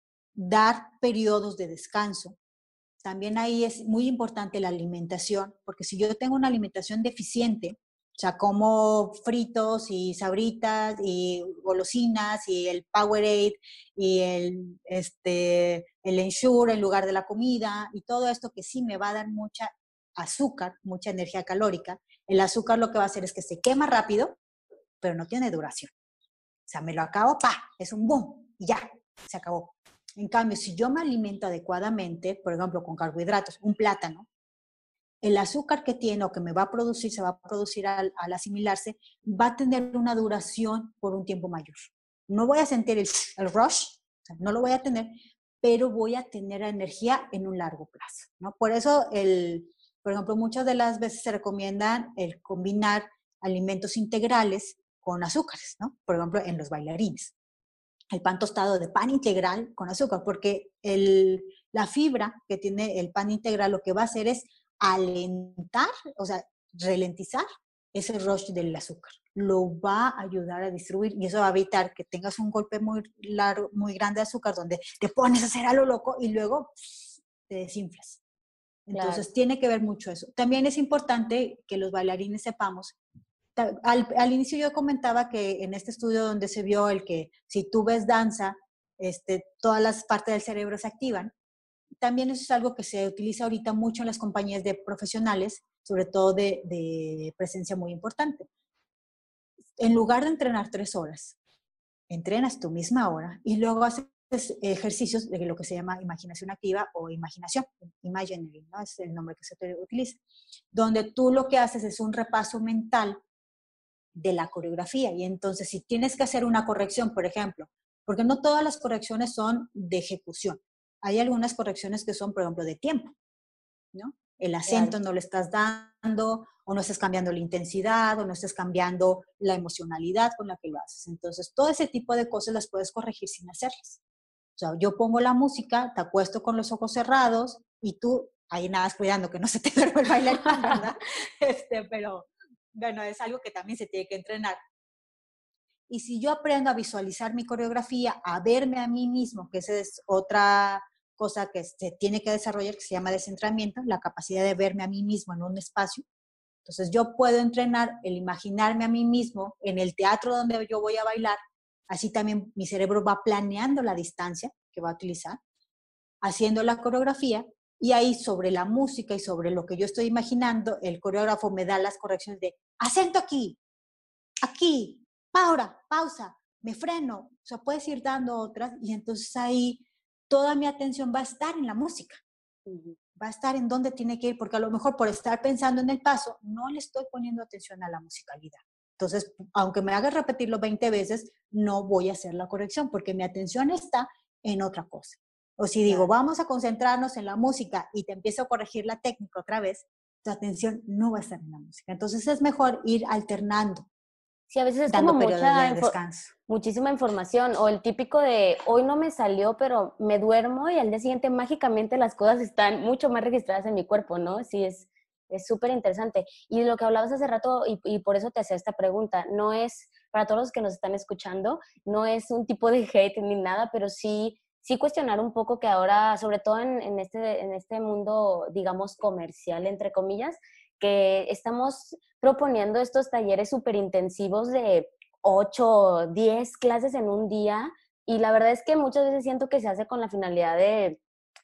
dar periodos de descanso. También ahí es muy importante la alimentación, porque si yo tengo una alimentación deficiente, o sea, como fritos y sabritas y golosinas y el Powerade y el, este, el Ensure en lugar de la comida y todo esto que sí me va a dar mucha azúcar, mucha energía calórica, el azúcar lo que va a hacer es que se quema rápido, pero no tiene duración. O sea, me lo acabo, ¡pa! Es un boom y ya, se acabó. En cambio, si yo me alimento adecuadamente, por ejemplo, con carbohidratos, un plátano, el azúcar que tiene o que me va a producir, se va a producir al, al asimilarse, va a tener una duración por un tiempo mayor. No voy a sentir el, el rush, o sea, no lo voy a tener, pero voy a tener energía en un largo plazo, ¿no? Por eso, el, por ejemplo, muchas de las veces se recomiendan el combinar alimentos integrales con azúcares, ¿no? Por ejemplo, en los bailarines. El pan tostado de pan integral con azúcar, porque el, la fibra que tiene el pan integral lo que va a hacer es alentar, o sea, ralentizar ese rush del azúcar. Lo va a ayudar a distribuir y eso va a evitar que tengas un golpe muy largo, muy grande de azúcar donde te pones a hacer a lo loco y luego pff, te desinflas. Entonces, claro, tiene que ver mucho eso. También es importante que los bailarines sepamos. Al, al inicio yo comentaba que en este estudio donde se vio el que si tú ves danza, este, todas las partes del cerebro se activan. También eso es algo que se utiliza ahorita mucho en las compañías de profesionales, sobre todo de, de presencia muy importante. En lugar de entrenar tres horas, entrenas tu misma hora y luego haces ejercicios de lo que se llama imaginación activa o imaginación, imagining, ¿no? Es el nombre que se utiliza, donde tú lo que haces es un repaso mental de la coreografía. Y entonces, si tienes que hacer una corrección, por ejemplo, porque no todas las correcciones son de ejecución. Hay algunas correcciones que son, por ejemplo, de tiempo, ¿no? El acento
Claro.
no le estás dando, o no estás cambiando la intensidad, o no estás cambiando la emocionalidad con la que lo haces. Entonces, todo ese tipo de cosas las puedes corregir sin hacerlas. O sea, yo pongo la música, te acuesto con los ojos cerrados, y tú ahí nada, cuidando que no se te duerma el bailarín, ¿verdad? Este, pero bueno, es algo que también se tiene que entrenar. Y si yo aprendo a visualizar mi coreografía, a verme a mí mismo, que esa es otra cosa que se tiene que desarrollar, que se llama descentramiento, la capacidad de verme a mí mismo en un espacio. Entonces yo puedo entrenar el imaginarme a mí mismo en el teatro donde yo voy a bailar, así también mi cerebro va planeando la distancia que va a utilizar, haciendo la coreografía, y ahí sobre la música y sobre lo que yo estoy imaginando, el coreógrafo me da las correcciones de acento aquí, aquí, pausa, pausa, me freno, o sea, puedes ir dando otras, y entonces ahí toda mi atención va a estar en la música, va a estar en dónde tiene que ir, porque a lo mejor por estar pensando en el paso, no le estoy poniendo atención a la musicalidad. Entonces, aunque me hagas repetirlo veinte veces, no voy a hacer la corrección, porque mi atención está en otra cosa. O si digo,
Claro.
vamos a concentrarnos en la música y te empiezo a corregir la técnica otra vez, tu atención no va a estar en la música. Entonces es mejor ir alternando,
Sí, a veces es como
dando periodos
mucha
de
info-
descanso.
muchísima información, o el típico de hoy no me salió, pero me duermo y al día siguiente mágicamente las cosas están mucho más registradas en mi cuerpo, ¿no? Sí, es es súper interesante. Y lo que hablabas hace rato, y, y por eso te hacía esta pregunta, no es, para todos los que nos están escuchando, no es un tipo de hate ni nada, pero sí, sí cuestionar un poco que ahora, sobre todo en, en este, en este mundo, digamos, comercial, entre comillas, que estamos proponiendo estos talleres súper intensivos de ocho, diez clases en un día, y la verdad es que muchas veces siento que se hace con la finalidad de,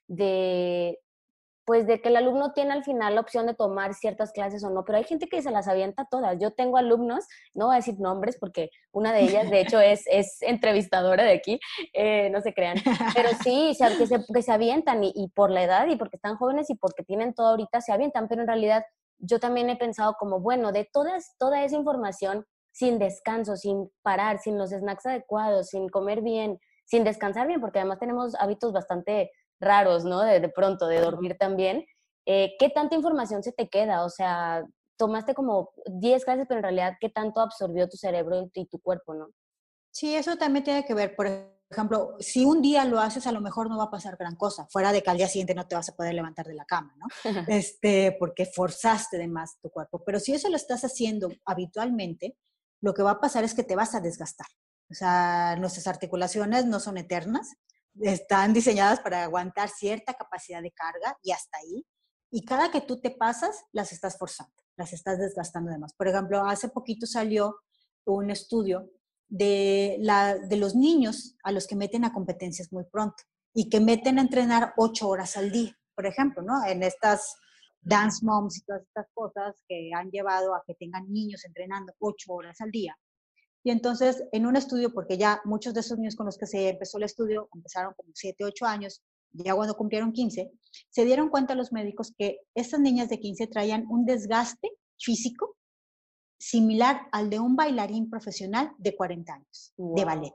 de, pues de que el alumno tiene al final la opción de tomar ciertas clases o no, pero hay gente que se las avienta todas. Yo tengo alumnos, no voy a decir nombres porque una de ellas de hecho es, es entrevistadora de aquí, eh, no se crean, pero sí, se- que, se, que se avientan y, y por la edad y porque están jóvenes y porque tienen todo ahorita se avientan, pero en realidad yo también he pensado como, bueno, de todas, toda esa información sin descanso, sin parar, sin los snacks adecuados, sin comer bien, sin descansar bien, porque además tenemos hábitos bastante raros, ¿no? De, de pronto, de dormir también. Eh, ¿Qué tanta información se te queda? O sea, tomaste como diez clases, pero en realidad, ¿qué tanto absorbió tu cerebro y tu cuerpo, no?
Sí, eso también tiene que ver, por ejemplo, si un día lo haces, a lo mejor no va a pasar gran cosa, fuera de que al día siguiente no te vas a poder levantar de la cama, ¿no? Este, porque forzaste de más tu cuerpo. Pero si eso lo estás haciendo habitualmente, lo que va a pasar es que te vas a desgastar. O sea, nuestras articulaciones no son eternas, están diseñadas para aguantar cierta capacidad de carga y hasta ahí. Y cada que tú te pasas, las estás forzando, las estás desgastando de más. Por ejemplo, hace poquito salió un estudio de, la, de los niños a los que meten a competencias muy pronto y que meten a entrenar ocho horas al día, por ejemplo, ¿no? En estas dance moms y todas estas cosas que han llevado a que tengan niños entrenando ocho horas al día. Y entonces, en un estudio, porque ya muchos de esos niños con los que se empezó el estudio empezaron como siete, ocho años, ya cuando cumplieron quince, se dieron cuenta los médicos que estas niñas de quince traían un desgaste físico similar al de un bailarín profesional de cuarenta años, de ballet.
Wow.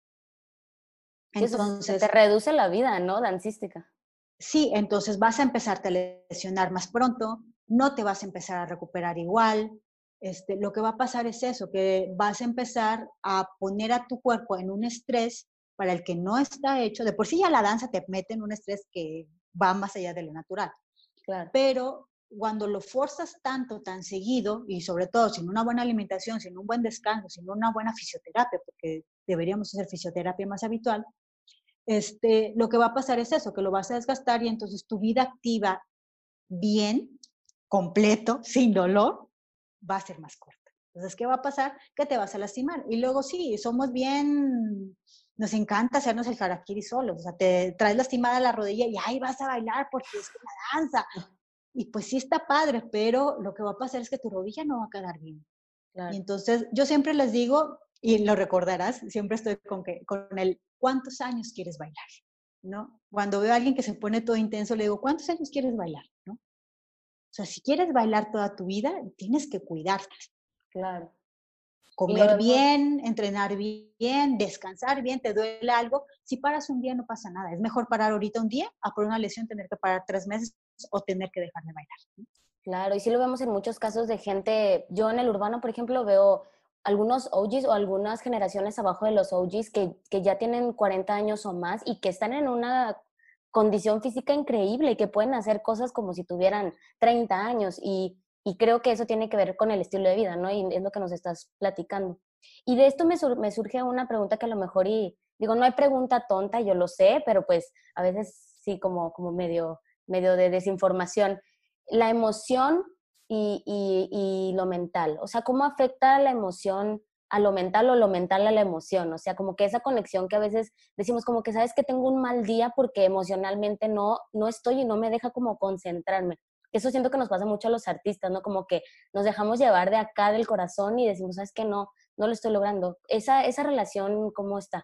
Sí, eso se te
Entonces,
reduce la vida, ¿no? Dancística.
sí, entonces vas a empezarte a lesionar más pronto, no te vas a empezar a recuperar igual. Este, lo que va a pasar es eso, que vas a empezar a poner a tu cuerpo en un estrés para el que no está hecho. De por sí ya la danza te mete en un estrés que va más allá de lo natural.
Claro.
Pero cuando lo forzas tanto, tan seguido, y sobre todo sin una buena alimentación, sin un buen descanso, sin una buena fisioterapia, porque deberíamos hacer fisioterapia más habitual, este, lo que va a pasar es eso, que lo vas a desgastar y entonces tu vida activa bien, completo, sin dolor, va a ser más corta. Entonces, ¿qué va a pasar? Que te vas a lastimar. Y luego sí, somos bien, nos encanta hacernos el harakiri solos. O sea, te traes lastimada la rodilla y ahí vas a bailar porque es la danza. Y pues sí está padre, pero lo que va a pasar es que tu rodilla no va a quedar bien.
Claro.
Y entonces yo siempre les digo, y lo recordarás, siempre estoy con, que, con el ¿cuántos años quieres bailar? ¿No? Cuando veo a alguien que se pone todo intenso, le digo, ¿cuántos años quieres bailar? ¿No? O sea, si quieres bailar toda tu vida, tienes que cuidarte.
Claro.
Comer bien, entrenar bien, descansar bien, te duele algo. Si paras un día no pasa nada. Es mejor parar ahorita un día a por una lesión tener que parar tres meses o tener que dejar de bailar.
Claro, y sí lo vemos en muchos casos de gente, yo en el urbano, por ejemplo, veo algunos O Gs o algunas generaciones abajo de los O Gs que, que ya tienen cuarenta años o más y que están en una condición física increíble y que pueden hacer cosas como si tuvieran treinta años y, y creo que eso tiene que ver con el estilo de vida, ¿no? Y es lo que nos estás platicando. Y de esto me, sur me surge una pregunta que a lo mejor, y digo, no hay pregunta tonta, yo lo sé, pero pues a veces sí como, como medio, medio de desinformación. La emoción y, y, y lo mental, o sea, ¿cómo afecta la emoción a lo mental o lo mental a la emoción? O sea, como que esa conexión que a veces decimos como que, ¿sabes que tengo un mal día porque emocionalmente no, no estoy y no me deja como concentrarme? Eso siento que nos pasa mucho a los artistas, ¿no? Como que nos dejamos llevar de acá del corazón y decimos, ¿sabes qué? No, no lo estoy logrando. Esa, esa relación, ¿cómo está?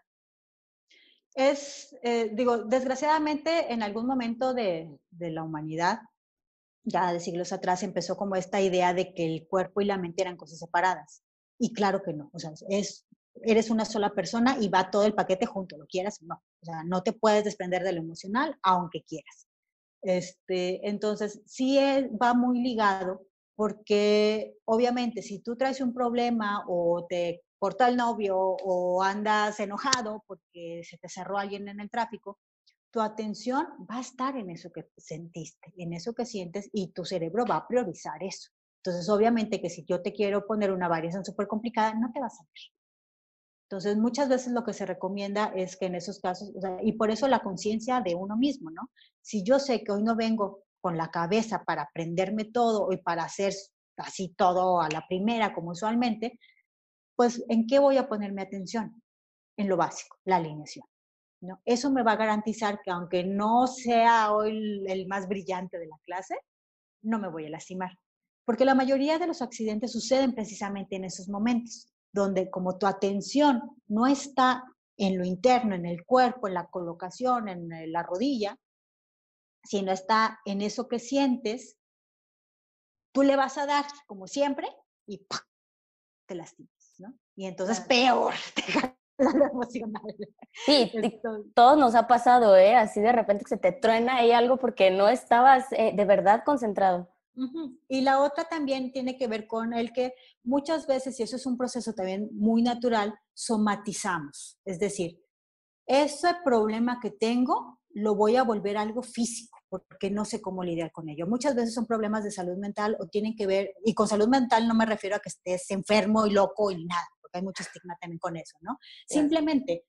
Es, eh, digo, desgraciadamente en algún momento de, de la humanidad, ya de siglos atrás, empezó como esta idea de que el cuerpo y la mente eran cosas separadas. Y claro que no. O sea, es, eres una sola persona y va todo el paquete junto, lo quieras o no. O sea, no te puedes desprender de lo emocional, aunque quieras. Este, entonces, sí es, va muy ligado, porque obviamente si tú traes un problema o te cortó el novio o andas enojado porque se te cerró alguien en el tráfico, tu atención va a estar en eso que sentiste, en eso que sientes y tu cerebro va a priorizar eso. Entonces, obviamente que si yo te quiero poner una variación súper complicada, no te vas a ver. Entonces, muchas veces lo que se recomienda es que en esos casos, o sea, y por eso la conciencia de uno mismo, ¿no? Si yo sé que hoy no vengo con la cabeza para aprenderme todo y para hacer así todo a la primera, como usualmente, pues ¿en qué voy a ponerme atención? En lo básico, la alineación, ¿no? Eso me va a garantizar que aunque no sea hoy el, el más brillante de la clase, no me voy a lastimar. Porque la mayoría de los accidentes suceden precisamente en esos momentos, donde como tu atención no está en lo interno, en el cuerpo, en la colocación, en la rodilla, sino está en eso que sientes, tú le vas a dar como siempre y ¡pum!, te lastimas, ¿no? Y entonces claro, peor te gana lo emocional.
Sí,
Entonces,
todos nos ha pasado, ¿eh? Así de repente que se te truena ahí algo porque no estabas eh, de verdad concentrado.
Uh-huh. Y la otra también tiene que ver con el que muchas veces, y eso es un proceso también muy natural, somatizamos. Es decir, ese problema que tengo lo voy a volver algo físico, porque no sé cómo lidiar con ello. Muchas veces son problemas de salud mental o tienen que ver, y con salud mental no me refiero a que estés enfermo y loco y nada, porque hay mucho estigma también con eso, ¿no? Claro. Simplemente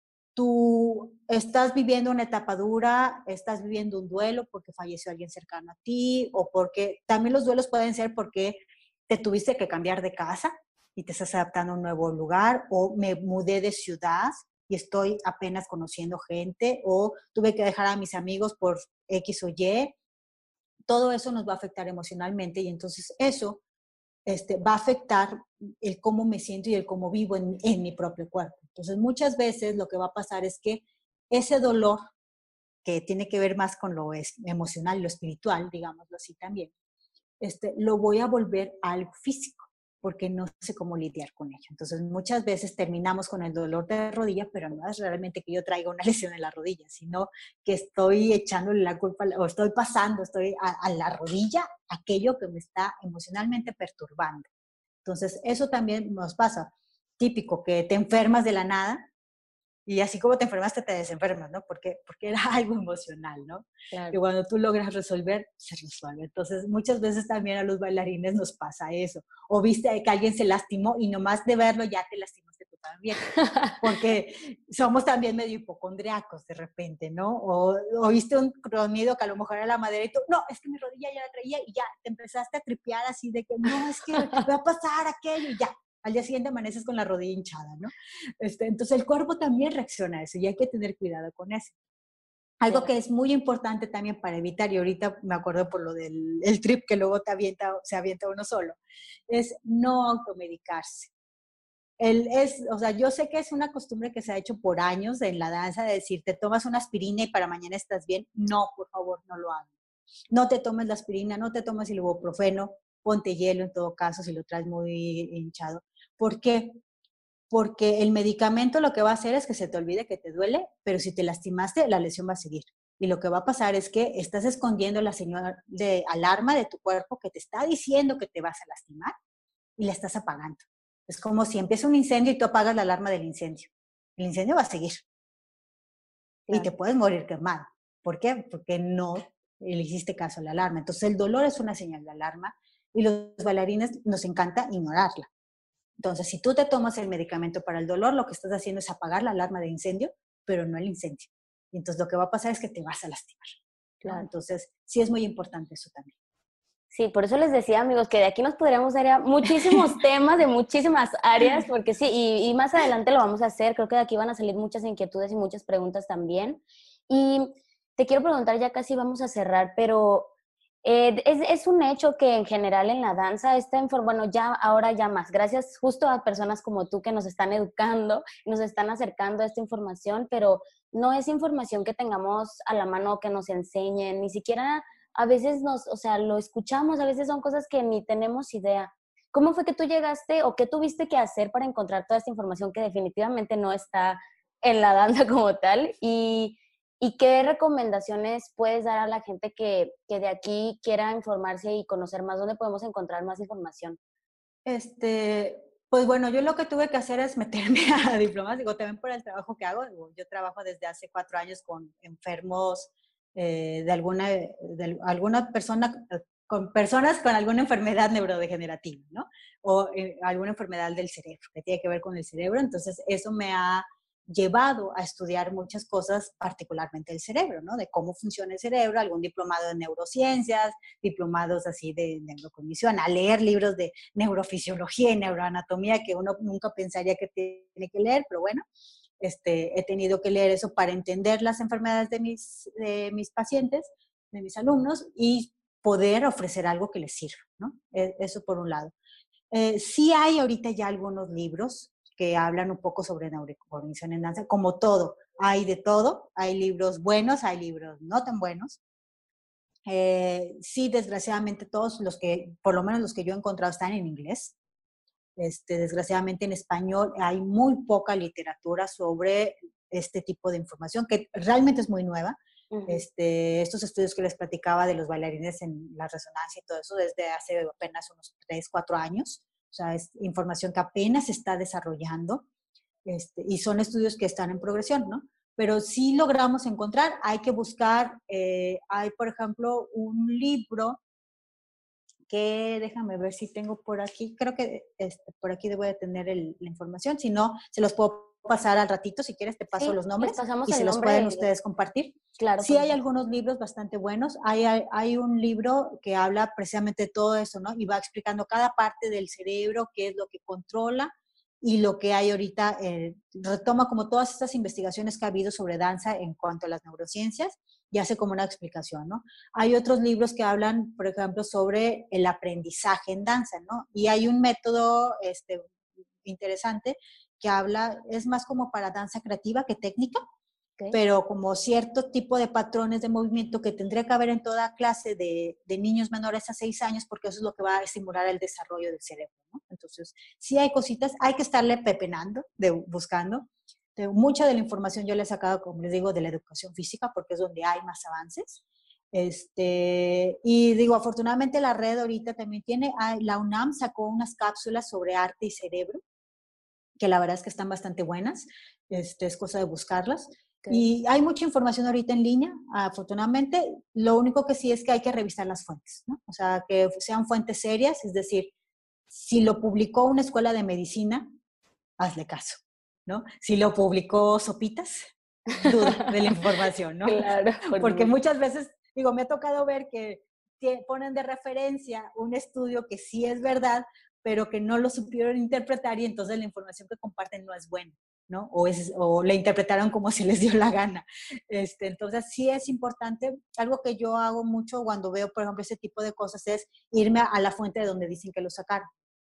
tú estás viviendo una etapa dura, estás viviendo un duelo porque falleció alguien cercano a ti, o porque también los duelos pueden ser porque te tuviste que cambiar de casa y te estás adaptando a un nuevo lugar, o me mudé de ciudad y estoy apenas conociendo gente, o tuve que dejar a mis amigos por X o Y. Todo eso nos va a afectar emocionalmente y entonces eso este, va a afectar el cómo me siento y el cómo vivo en, en mi propio cuerpo. Entonces, muchas veces lo que va a pasar es que ese dolor, que tiene que ver más con lo es, emocional y lo espiritual, digámoslo así también, este, lo voy a volver a algo físico, porque no sé cómo lidiar con ello. Entonces, muchas veces terminamos con el dolor de rodilla, pero no es realmente que yo traiga una lesión en la rodilla, sino que estoy echándole la culpa, o estoy pasando, estoy a, a la rodilla aquello que me está emocionalmente perturbando. Entonces, eso también nos pasa. Típico, que te enfermas de la nada, y así como te enfermaste, te desenfermas, ¿no? Porque, porque era algo emocional, ¿no? Claro. Y cuando tú logras resolver, se resuelve. Entonces, muchas veces también a los bailarines nos pasa eso. O viste que alguien se lastimó y nomás de verlo ya te lastimaste tú también. Porque somos también medio hipocondriacos de repente, ¿no? O oíste un sonido que a lo mejor era la madera y tú, no, es que mi rodilla ya la traía y ya te empezaste a tripear así de que, no, es que va a pasar aquello y ya. Al día siguiente amaneces con la rodilla hinchada, ¿no? Este, entonces el cuerpo también reacciona a eso y hay que tener cuidado con eso. Algo sí. que es muy importante también para evitar, y ahorita me acuerdo por lo del el trip que luego te avienta, se avienta uno solo, es no automedicarse. el, es, o sea, yo sé que es una costumbre que se ha hecho por años en la danza de decir, te tomas una aspirina y para mañana estás bien. No, por favor, no lo hagas. No te tomes la aspirina, no te tomes el ibuprofeno, ponte hielo en todo caso si lo traes muy hinchado. ¿Por qué? Porque el medicamento lo que va a hacer es que se te olvide que te duele, pero si te lastimaste, la lesión va a seguir. Y lo que va a pasar es que estás escondiendo la señal de alarma de tu cuerpo que te está diciendo que te vas a lastimar y la estás apagando. Es como si empieza un incendio y tú apagas la alarma del incendio. El incendio va a seguir. Claro. Y te puedes morir quemado. ¿Por qué? Porque no le hiciste caso a la alarma. Entonces el dolor es una señal de alarma y los bailarines nos encanta ignorarla. Entonces, si tú te tomas el medicamento para el dolor, lo que estás haciendo es apagar la alarma de incendio, pero no el incendio. Y entonces lo que va a pasar es que te vas a lastimar. Claro. ¿No? Entonces, sí es muy importante eso también.
Sí, por eso les decía, amigos, que de aquí nos podríamos dar a muchísimos temas de muchísimas áreas, porque sí, y, y más adelante lo vamos a hacer. Creo que de aquí van a salir muchas inquietudes y muchas preguntas también. Y te quiero preguntar, ya casi vamos a cerrar, pero eh, es, es un hecho que en general en la danza esta información, bueno, ya ahora ya más, gracias justo a personas como tú que nos están educando, nos están acercando a esta información, pero no es información que tengamos a la mano, que nos enseñen, ni siquiera a veces nos, o sea, lo escuchamos, a veces son cosas que ni tenemos idea. ¿Cómo fue que tú llegaste o qué tuviste que hacer para encontrar toda esta información que definitivamente no está en la danza como tal? Y ¿Y qué recomendaciones puedes dar a la gente que, que de aquí quiera informarse y conocer más? ¿Dónde podemos encontrar más información?
Este, pues bueno, yo lo que tuve que hacer es meterme a diplomas, digo, también por el trabajo que hago. Digo, yo trabajo desde hace cuatro años con enfermos eh, de, alguna, de alguna persona, con personas con alguna enfermedad neurodegenerativa, ¿no? O eh, alguna enfermedad del cerebro, que tiene que ver con el cerebro. Entonces, eso me ha llevado a estudiar muchas cosas, particularmente el cerebro, ¿no? De cómo funciona el cerebro, algún diplomado de neurociencias, diplomados así de neurocognición, a leer libros de neurofisiología y neuroanatomía que uno nunca pensaría que tiene que leer, pero bueno, este, he tenido que leer eso para entender las enfermedades de mis, de mis pacientes, de mis alumnos, y poder ofrecer algo que les sirva, ¿no? Eso por un lado. Eh, sí hay ahorita ya algunos libros que hablan un poco sobre neurocognición en danza, como todo, hay de todo, hay libros buenos, hay libros no tan buenos. Eh, sí, desgraciadamente todos los que, por lo menos los que yo he encontrado están en inglés. Este, desgraciadamente en español hay muy poca literatura sobre este tipo de información, que realmente es muy nueva. Uh-huh. Este, estos estudios que les platicaba de los bailarines en la resonancia y todo eso, desde hace apenas unos tres, cuatro años. O sea, es información que apenas se está desarrollando este, y son estudios que están en progresión, ¿no? Pero sí logramos encontrar, hay que buscar, eh, hay por ejemplo un libro que, déjame ver si tengo por aquí, creo que este, por aquí debo de tener el, la información, si no, se los puedo pasar al ratito, si quieres te paso sí, los nombres y se los pueden ustedes compartir. Claro. Sí hay sí. algunos libros bastante buenos, hay, hay, hay un libro que habla precisamente de todo eso, ¿no? Y va explicando cada parte del cerebro, qué es lo que controla y lo que hay ahorita, eh, retoma como todas estas investigaciones que ha habido sobre danza en cuanto a las neurociencias y hace como una explicación, ¿no? Hay otros libros que hablan, por ejemplo, sobre el aprendizaje en danza, ¿no? Y hay un método este, interesante que habla, es más como para danza creativa que técnica, okay. Pero como cierto tipo de patrones de movimiento que tendría que haber en toda clase de, de niños menores a seis años, porque eso es lo que va a estimular el desarrollo del cerebro, ¿no? Entonces, sí hay cositas, hay que estarle pepenando, de, buscando. De, mucha de la información yo le he sacado, como les digo, de la educación física, porque es donde hay más avances. Este, y digo, afortunadamente la red ahorita también tiene, la UNAM sacó unas cápsulas sobre arte y cerebro, que la verdad es que están bastante buenas, este, es cosa de buscarlas. Okay. Y hay mucha información ahorita en línea, afortunadamente. Lo único que sí es que hay que revisar las fuentes, ¿no? O sea, que sean fuentes serias, es decir, si lo publicó una escuela de medicina, hazle caso, ¿no? Si lo publicó Sopitas, duda de la información, ¿no? Claro. Porque muchas veces, digo, me ha tocado ver que ponen de referencia un estudio que sí es verdad, pero que no lo supieron interpretar y entonces la información que comparten no es buena, ¿no? O, es, o la interpretaron como si les dio la gana. Este, entonces sí es importante, algo que yo hago mucho cuando veo, por ejemplo, ese tipo de cosas es irme a la fuente de donde dicen que lo sacaron.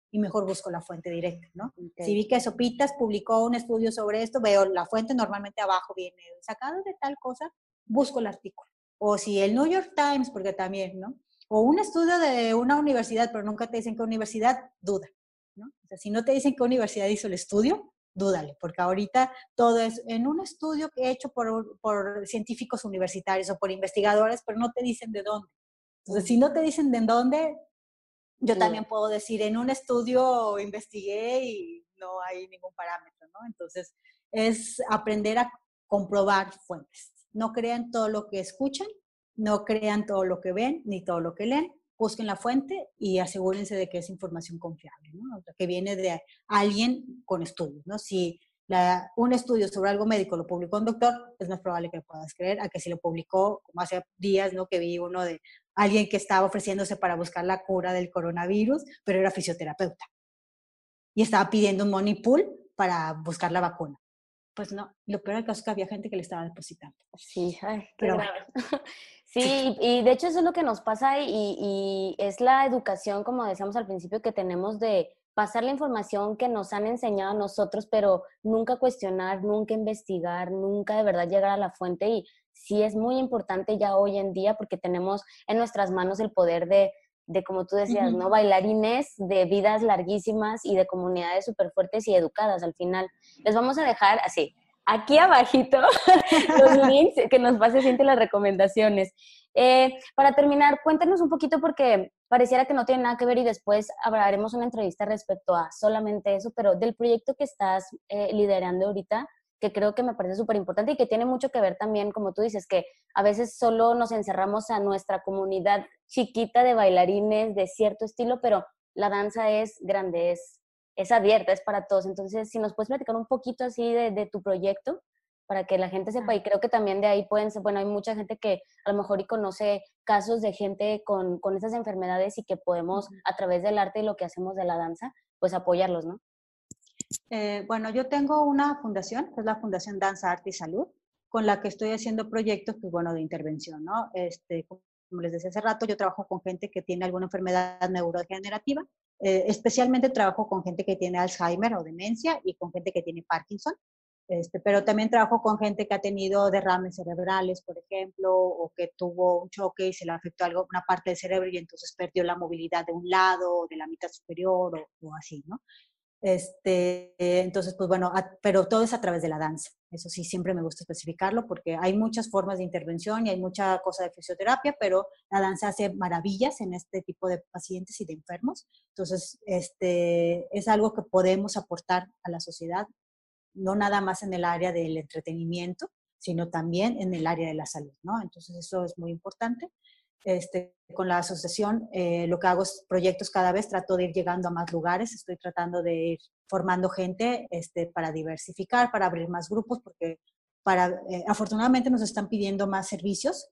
y mejor busco la fuente directa, ¿no?
Okay.
Si vi que Sopitas publicó un estudio sobre esto, veo la fuente, normalmente abajo viene sacado de tal cosa, busco el artículo. O si el New York Times, porque también, ¿no? O un estudio de una universidad, pero nunca te dicen qué universidad, duda, ¿no? O sea, si no te dicen qué universidad hizo el estudio, dúdale, porque ahorita todo es en un estudio hecho por, por científicos universitarios o por investigadores, pero no te dicen de dónde. Entonces, si no te dicen de dónde, yo
Sí.
también puedo decir, en un estudio investigué y no hay ningún parámetro, ¿no? Entonces, es aprender a comprobar fuentes. No crean todo lo que escuchan, no crean todo lo que ven, ni todo lo que leen. Busquen la fuente y asegúrense de que es información confiable, ¿no? O sea, que viene de alguien con estudios, ¿no? Si la, un estudio sobre algo médico lo publicó un doctor, es más probable que lo puedas creer a que si lo publicó, como hace días, ¿no? Que vi uno de alguien que estaba ofreciéndose para buscar la cura del coronavirus, pero era fisioterapeuta. Y estaba pidiendo un money pool para buscar la vacuna. Pues no, lo peor del caso es que había gente que le estaba depositando.
Sí, ay, qué
Pero
grave.
bueno.
Sí, y, y de hecho eso es lo que nos pasa y, y es la educación, como decíamos al principio, que tenemos de pasar la información que nos han enseñado a nosotros, pero nunca cuestionar, nunca investigar, nunca de verdad llegar a la fuente. Y sí es muy importante ya hoy en día porque tenemos en nuestras manos el poder de, de como tú decías,
Uh-huh.
¿no? Bailarines de vidas larguísimas y de comunidades súper fuertes y educadas al final. Les vamos a dejar así, aquí abajito, los links que nos pase siempre las recomendaciones. Eh, para terminar, cuéntanos un poquito porque pareciera que no tiene nada que ver y después haremos una entrevista respecto a solamente eso, pero del proyecto que estás eh, liderando ahorita, que creo que me parece súper importante y que tiene mucho que ver también, como tú dices, que a veces solo nos encerramos a nuestra comunidad chiquita de bailarines de cierto estilo, pero la danza es grande, es, es abierta, es para todos. Entonces, si nos puedes platicar un poquito así de, de tu proyecto, para que la gente sepa, y creo que también de ahí pueden ser, bueno, hay mucha gente que a lo mejor y conoce casos de gente con, con esas enfermedades y que podemos, a través del arte y lo que hacemos de la danza, pues apoyarlos, ¿no?
Eh, bueno, yo tengo una fundación, que es la Fundación Danza, Arte y Salud, con la que estoy haciendo proyectos, pues bueno, de intervención, ¿no? Este, como les decía hace rato, yo trabajo con gente que tiene alguna enfermedad neurodegenerativa, eh, especialmente trabajo con gente que tiene Alzheimer o demencia y con gente que tiene Parkinson. Este, pero también trabajo con gente que ha tenido derrames cerebrales, por ejemplo, o que tuvo un choque y se le afectó algo, una parte del cerebro y entonces perdió la movilidad de un lado o de la mitad superior o, o así, ¿no? Este, entonces, pues bueno, a, pero todo es a través de la danza. Eso sí, siempre me gusta especificarlo porque hay muchas formas de intervención y hay mucha cosa de fisioterapia, pero la danza hace maravillas en este tipo de pacientes y de enfermos. Entonces, este, es algo que podemos aportar a la sociedad, no nada más en el área del entretenimiento, sino también en el área de la salud, ¿no? Entonces, eso es muy importante. Este, con la asociación, eh, lo que hago es proyectos cada vez, trato de ir llegando a más lugares, estoy tratando de ir formando gente este, para diversificar, para abrir más grupos, porque para, eh, afortunadamente nos están pidiendo más servicios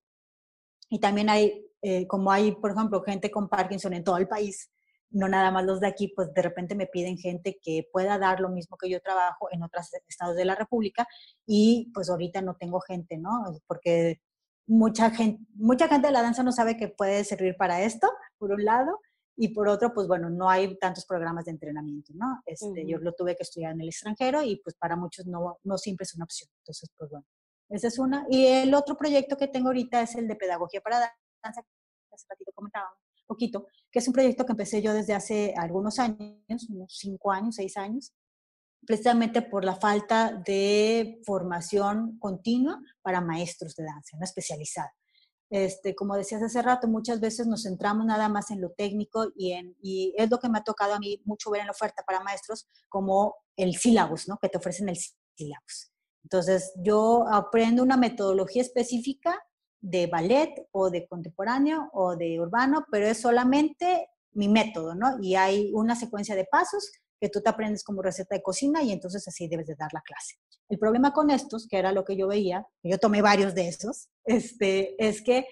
y también hay, eh, como hay, por ejemplo, gente con Parkinson en todo el país, no nada más los de aquí, pues de repente me piden gente que pueda dar lo mismo que yo trabajo en otros estados de la República y pues ahorita no tengo gente, ¿no? Porque mucha gente, mucha gente de la danza no sabe que puede servir para esto, por un lado, y por otro, pues bueno, no hay tantos programas de entrenamiento, ¿no? Este, uh-huh. Yo lo tuve que estudiar en el extranjero y pues para muchos no, no siempre es una opción. Entonces, pues bueno, esa es una. Y el otro proyecto que tengo ahorita es el de pedagogía para danza, que hace ratito comentábamos un poquito, que es un proyecto que empecé yo desde hace algunos años, unos cinco años, seis años, precisamente por la falta de formación continua para maestros de danza, no especializada. Este, como decías hace rato, muchas veces nos centramos nada más en lo técnico y, en, y es lo que me ha tocado a mí mucho ver en la oferta para maestros como el sílabus, ¿no? Que te ofrecen el sílabus. Entonces, yo aprendo una metodología específica de ballet o de contemporáneo o de urbano, pero es solamente mi método, ¿no? Y hay una secuencia de pasos que tú te aprendes como receta de cocina y entonces así debes de dar la clase. El problema con estos, que era lo que yo veía, que yo tomé varios de esos, este, es que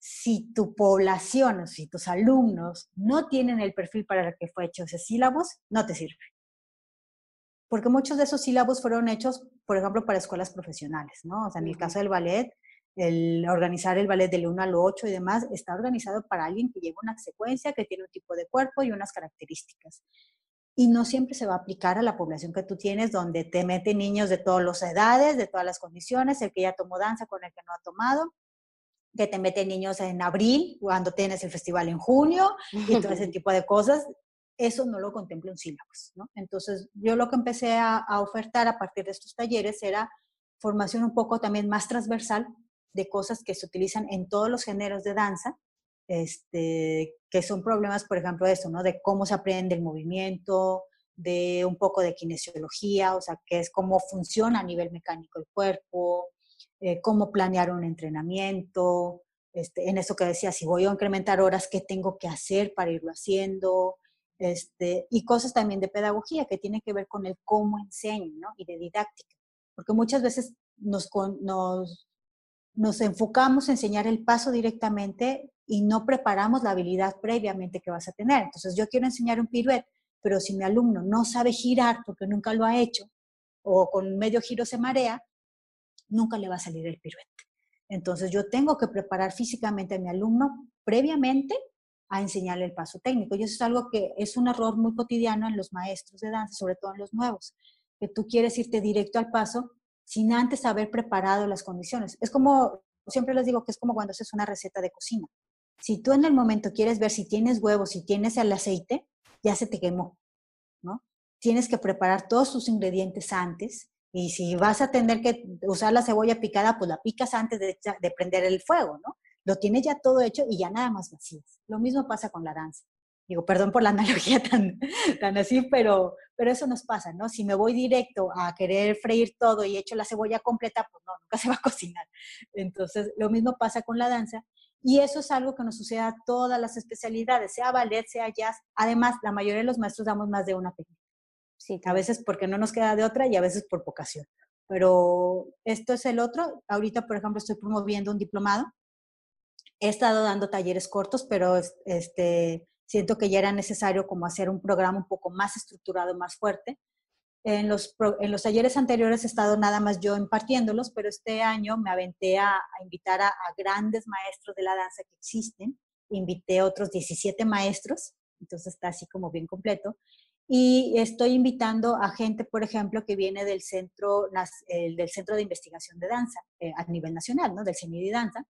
si tu población o si tus alumnos no tienen el perfil para el que fue hecho ese sílabus, no te sirve. Porque muchos de esos sílabos fueron hechos, por ejemplo, para escuelas profesionales, ¿no? O sea, en el caso del ballet, el organizar el ballet del uno al ocho y demás, está organizado para alguien que lleva una secuencia, que tiene un tipo de cuerpo y unas características. y no siempre se va a aplicar a la población que tú tienes, donde te meten niños de todas las edades, de todas las condiciones, el que ya tomó danza con el que no ha tomado, que te meten niños en abril, cuando tienes el festival en junio, y todo ese tipo de cosas. Eso no lo contempla un sílabus, ¿no? Entonces, yo lo que empecé a, a ofertar a partir de estos talleres era formación un poco también más transversal de cosas que se utilizan en todos los géneros de danza, este, que son problemas, por ejemplo, eso, ¿no? De cómo se aprende el movimiento, de un poco de kinesiología, o sea, que es cómo funciona a nivel mecánico el cuerpo, eh, cómo planear un entrenamiento, este, en eso que decía, si voy a incrementar horas, ¿qué tengo que hacer para irlo haciendo? Este, y cosas también de pedagogía que tienen que ver con el cómo enseño, ¿no? Y de didáctica, porque muchas veces nos, nos, nos enfocamos en enseñar el paso directamente y no preparamos la habilidad previamente que vas a tener. Entonces, yo quiero enseñar un piruet, pero si mi alumno no sabe girar porque nunca lo ha hecho, o con medio giro se marea, nunca le va a salir el piruet. Entonces, yo tengo que preparar físicamente a mi alumno previamente a enseñarle el paso técnico. Y eso es algo que es un error muy cotidiano en los maestros de danza, sobre todo en los nuevos, que tú quieres irte directo al paso sin antes haber preparado las condiciones. Es como, siempre les digo que es como cuando haces una receta de cocina. Si tú en el momento quieres ver si tienes huevos, si tienes el aceite, ya se te quemó, ¿no? Tienes que preparar todos tus ingredientes antes, y si vas a tener que usar la cebolla picada, pues la picas antes de, de prender el fuego, ¿no? Lo tienes ya todo hecho y ya nada más vacías. Lo mismo pasa con la danza. Digo, perdón por la analogía tan, tan así, pero, pero eso nos pasa, ¿no? Si me voy directo a querer freír todo y echo la cebolla completa, pues no, nunca se va a cocinar. Entonces, lo mismo pasa con la danza. Y eso es algo que nos sucede a todas las especialidades, sea ballet, sea jazz. Además, la mayoría de los maestros damos más de una técnica. Sí, claro. A veces porque no nos queda de otra y a veces por vocación. Pero esto es el otro. Ahorita, por ejemplo, estoy promoviendo un diplomado. He estado dando talleres cortos, pero este, siento que ya era necesario como hacer un programa un poco más estructurado, más fuerte. En los, en los talleres anteriores he estado nada más yo impartiéndolos, pero este año me aventé a, a invitar a, a grandes maestros de la danza que existen. Invité a otros diecisiete maestros, entonces está así como bien completo. Y estoy invitando a gente, por ejemplo, que viene del Centro, del centro de Investigación de Danza eh, a nivel nacional, ¿no? Del CENIDI Danza.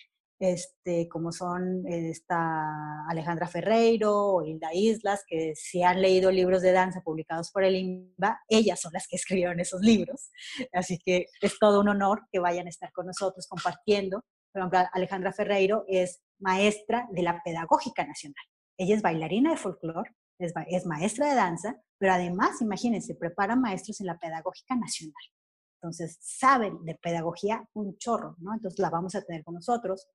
Este, como son esta Alejandra Ferreiro o Hilda Islas, que si han leído libros de danza publicados por el INBA, ellas son las que escribieron esos libros. Así que es todo un honor que vayan a estar con nosotros compartiendo. Por ejemplo, Alejandra Ferreiro es maestra de la Pedagógica Nacional. Ella es bailarina de folclore, es, es maestra de danza, pero además, imagínense, prepara maestros en la Pedagógica Nacional. Entonces, saben de pedagogía un chorro, ¿no? Entonces, la vamos a tener con nosotros.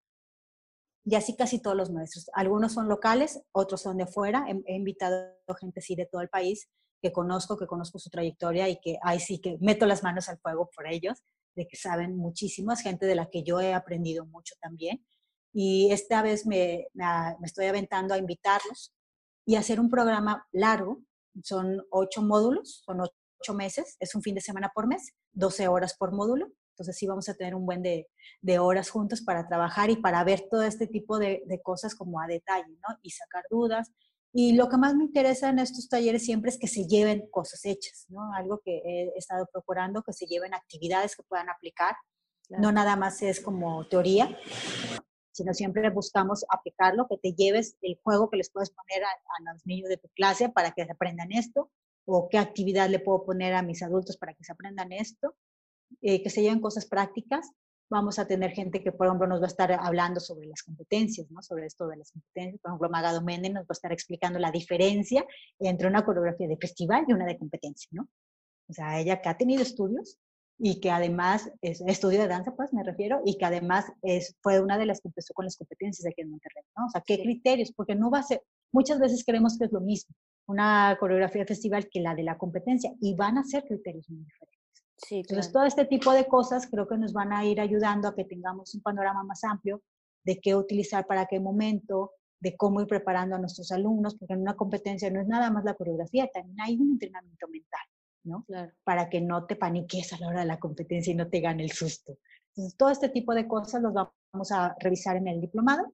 Y así casi todos los maestros. Algunos son locales, otros son de fuera. He, he invitado gente así de todo el país que conozco, que conozco su trayectoria y que ahí sí que meto las manos al fuego por ellos, de que saben muchísimo. Es gente de la que yo he aprendido mucho también. Y esta vez me, me, me estoy aventando a invitarlos y hacer un programa largo. Son ocho módulos, son ocho meses, es un fin de semana por mes, doce horas por módulo. Entonces sí vamos a tener un buen de, de horas juntos para trabajar y para ver todo este tipo de, de cosas como a detalle, ¿no? Y sacar dudas. Y lo que más me interesa en estos talleres siempre es que se lleven cosas hechas, ¿no? Algo que he estado procurando, que se lleven actividades que puedan aplicar. Claro. No nada más es como teoría, sino siempre buscamos aplicarlo, que te lleves el juego que les puedes poner a, a los niños de tu clase para que aprendan esto, o qué actividad le puedo poner a mis adultos para que se aprendan esto. Eh, que se lleven cosas prácticas. Vamos a tener gente que, por ejemplo, nos va a estar hablando sobre las competencias, ¿no? Sobre esto de las competencias. Por ejemplo, Maga Doménez nos va a estar explicando la diferencia entre una coreografía de festival y una de competencia, ¿no? O sea, ella que ha tenido estudios y que además, es estudio de danza, pues me refiero, y que además es, fue una de las que empezó con las competencias aquí en Monterrey, ¿no? O sea, ¿qué criterios? Porque no va a ser, muchas veces creemos que es lo mismo una coreografía de festival que la de la competencia, y van a ser criterios muy diferentes. Sí, claro. Entonces, todo este tipo de cosas creo que nos van a ir ayudando a que tengamos un panorama más amplio de qué utilizar para qué momento, de cómo ir preparando a nuestros alumnos, porque en una competencia no es nada más la coreografía, también hay un entrenamiento mental, ¿no? Claro. Para que no te paniques a la hora de la competencia y no te gane el susto. Entonces, todo este tipo de cosas los vamos a revisar en el diplomado.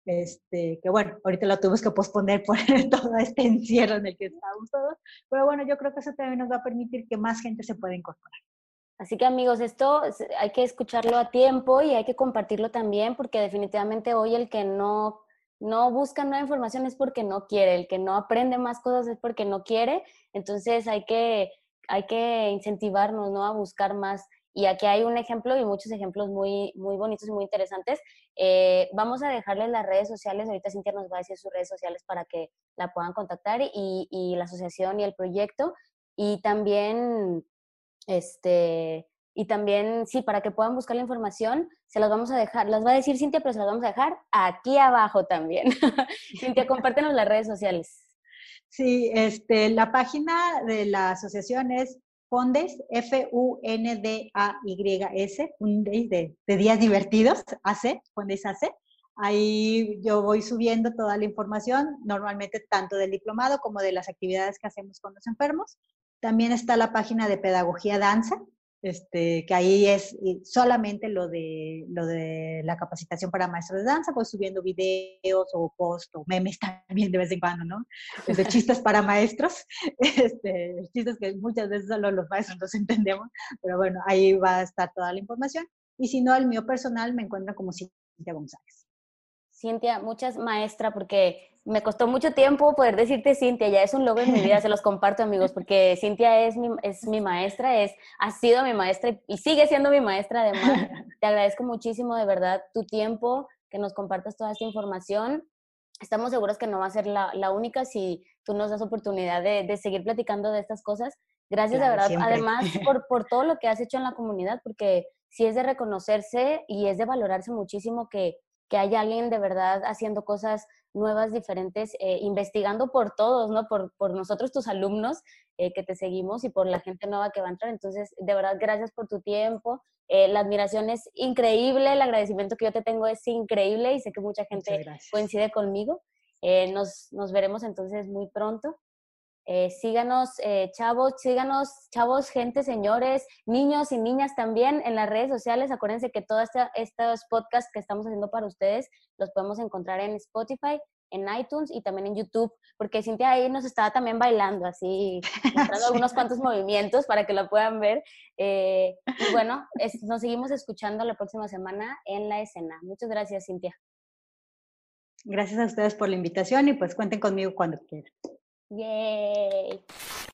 este, que bueno, ahorita lo tuvimos que posponer por todo este encierro en el que estábamos todos, pero bueno, yo creo que eso también nos va a permitir que más gente se pueda incorporar.
Así que amigos, esto hay que escucharlo a tiempo y hay que compartirlo también, porque definitivamente hoy el que no, no busca nueva información es porque no quiere, el que no aprende más cosas es porque no quiere, entonces hay que, hay que incentivarnos, ¿no?, a buscar más. Y aquí hay un ejemplo y muchos ejemplos muy, muy bonitos y muy interesantes. Eh, vamos a dejarles las redes sociales, ahorita Cintia nos va a decir sus redes sociales para que la puedan contactar y, y la asociación y el proyecto. Y también... Este, y también, sí, para que puedan buscar la información, se las vamos a dejar, las va a decir Cintia, pero se las vamos a dejar aquí abajo también. Cintia, compártenos las redes sociales.
Sí, este, la página de la asociación es Fundays, F U N D A Y S, Fundays de, de días divertidos, A C, Fundays A C. Ahí yo voy subiendo toda la información, normalmente tanto del diplomado como de las actividades que hacemos con los enfermos. También está la página de Pedagogía Danza, este, que ahí es solamente lo de, lo de la capacitación para maestros de danza, pues subiendo videos o posts o memes también de vez en cuando, ¿no? Desde chistes para maestros, este, chistes que muchas veces solo los maestros los entendemos, pero bueno, ahí va a estar toda la información. Y si no, el mío personal me encuentra como Cintia González.
Cintia, muchas maestra, porque me costó mucho tiempo poder decirte Cintia, ya es un logro en mi vida, se los comparto amigos, porque Cintia es mi, es mi maestra, es, ha sido mi maestra y sigue siendo mi maestra además. Te agradezco muchísimo de verdad tu tiempo, que nos compartas toda esta información. Estamos seguros que no va a ser la, la única si tú nos das oportunidad de, de seguir platicando de estas cosas. Gracias
Claro,
de verdad,
siempre.
además, por, por todo lo que has hecho en la comunidad, porque sí es de reconocerse y es de valorarse muchísimo que que haya alguien de verdad haciendo cosas nuevas, diferentes, eh, investigando por todos, ¿no? Por, por nosotros, tus alumnos, eh, que te seguimos y por la gente nueva que va a entrar. Entonces, de verdad, gracias por tu tiempo. Eh, la admiración es increíble, el agradecimiento que yo te tengo es increíble y sé que mucha gente coincide conmigo. Eh, nos, nos veremos entonces muy pronto. Eh, síganos, eh, chavos, síganos, chavos, gente, señores, niños y niñas también en las redes sociales. Acuérdense que todos esta, estos podcasts que estamos haciendo para ustedes los podemos encontrar en Spotify, en iTunes y también en YouTube, porque Cintia ahí nos estaba también bailando, así, mostrando sí. algunos cuantos movimientos para que lo puedan ver. Eh, y bueno, es, nos seguimos escuchando la próxima semana en La Escena. Muchas gracias, Cintia.
Gracias a ustedes por la invitación y pues cuenten conmigo cuando quieran.
Yay!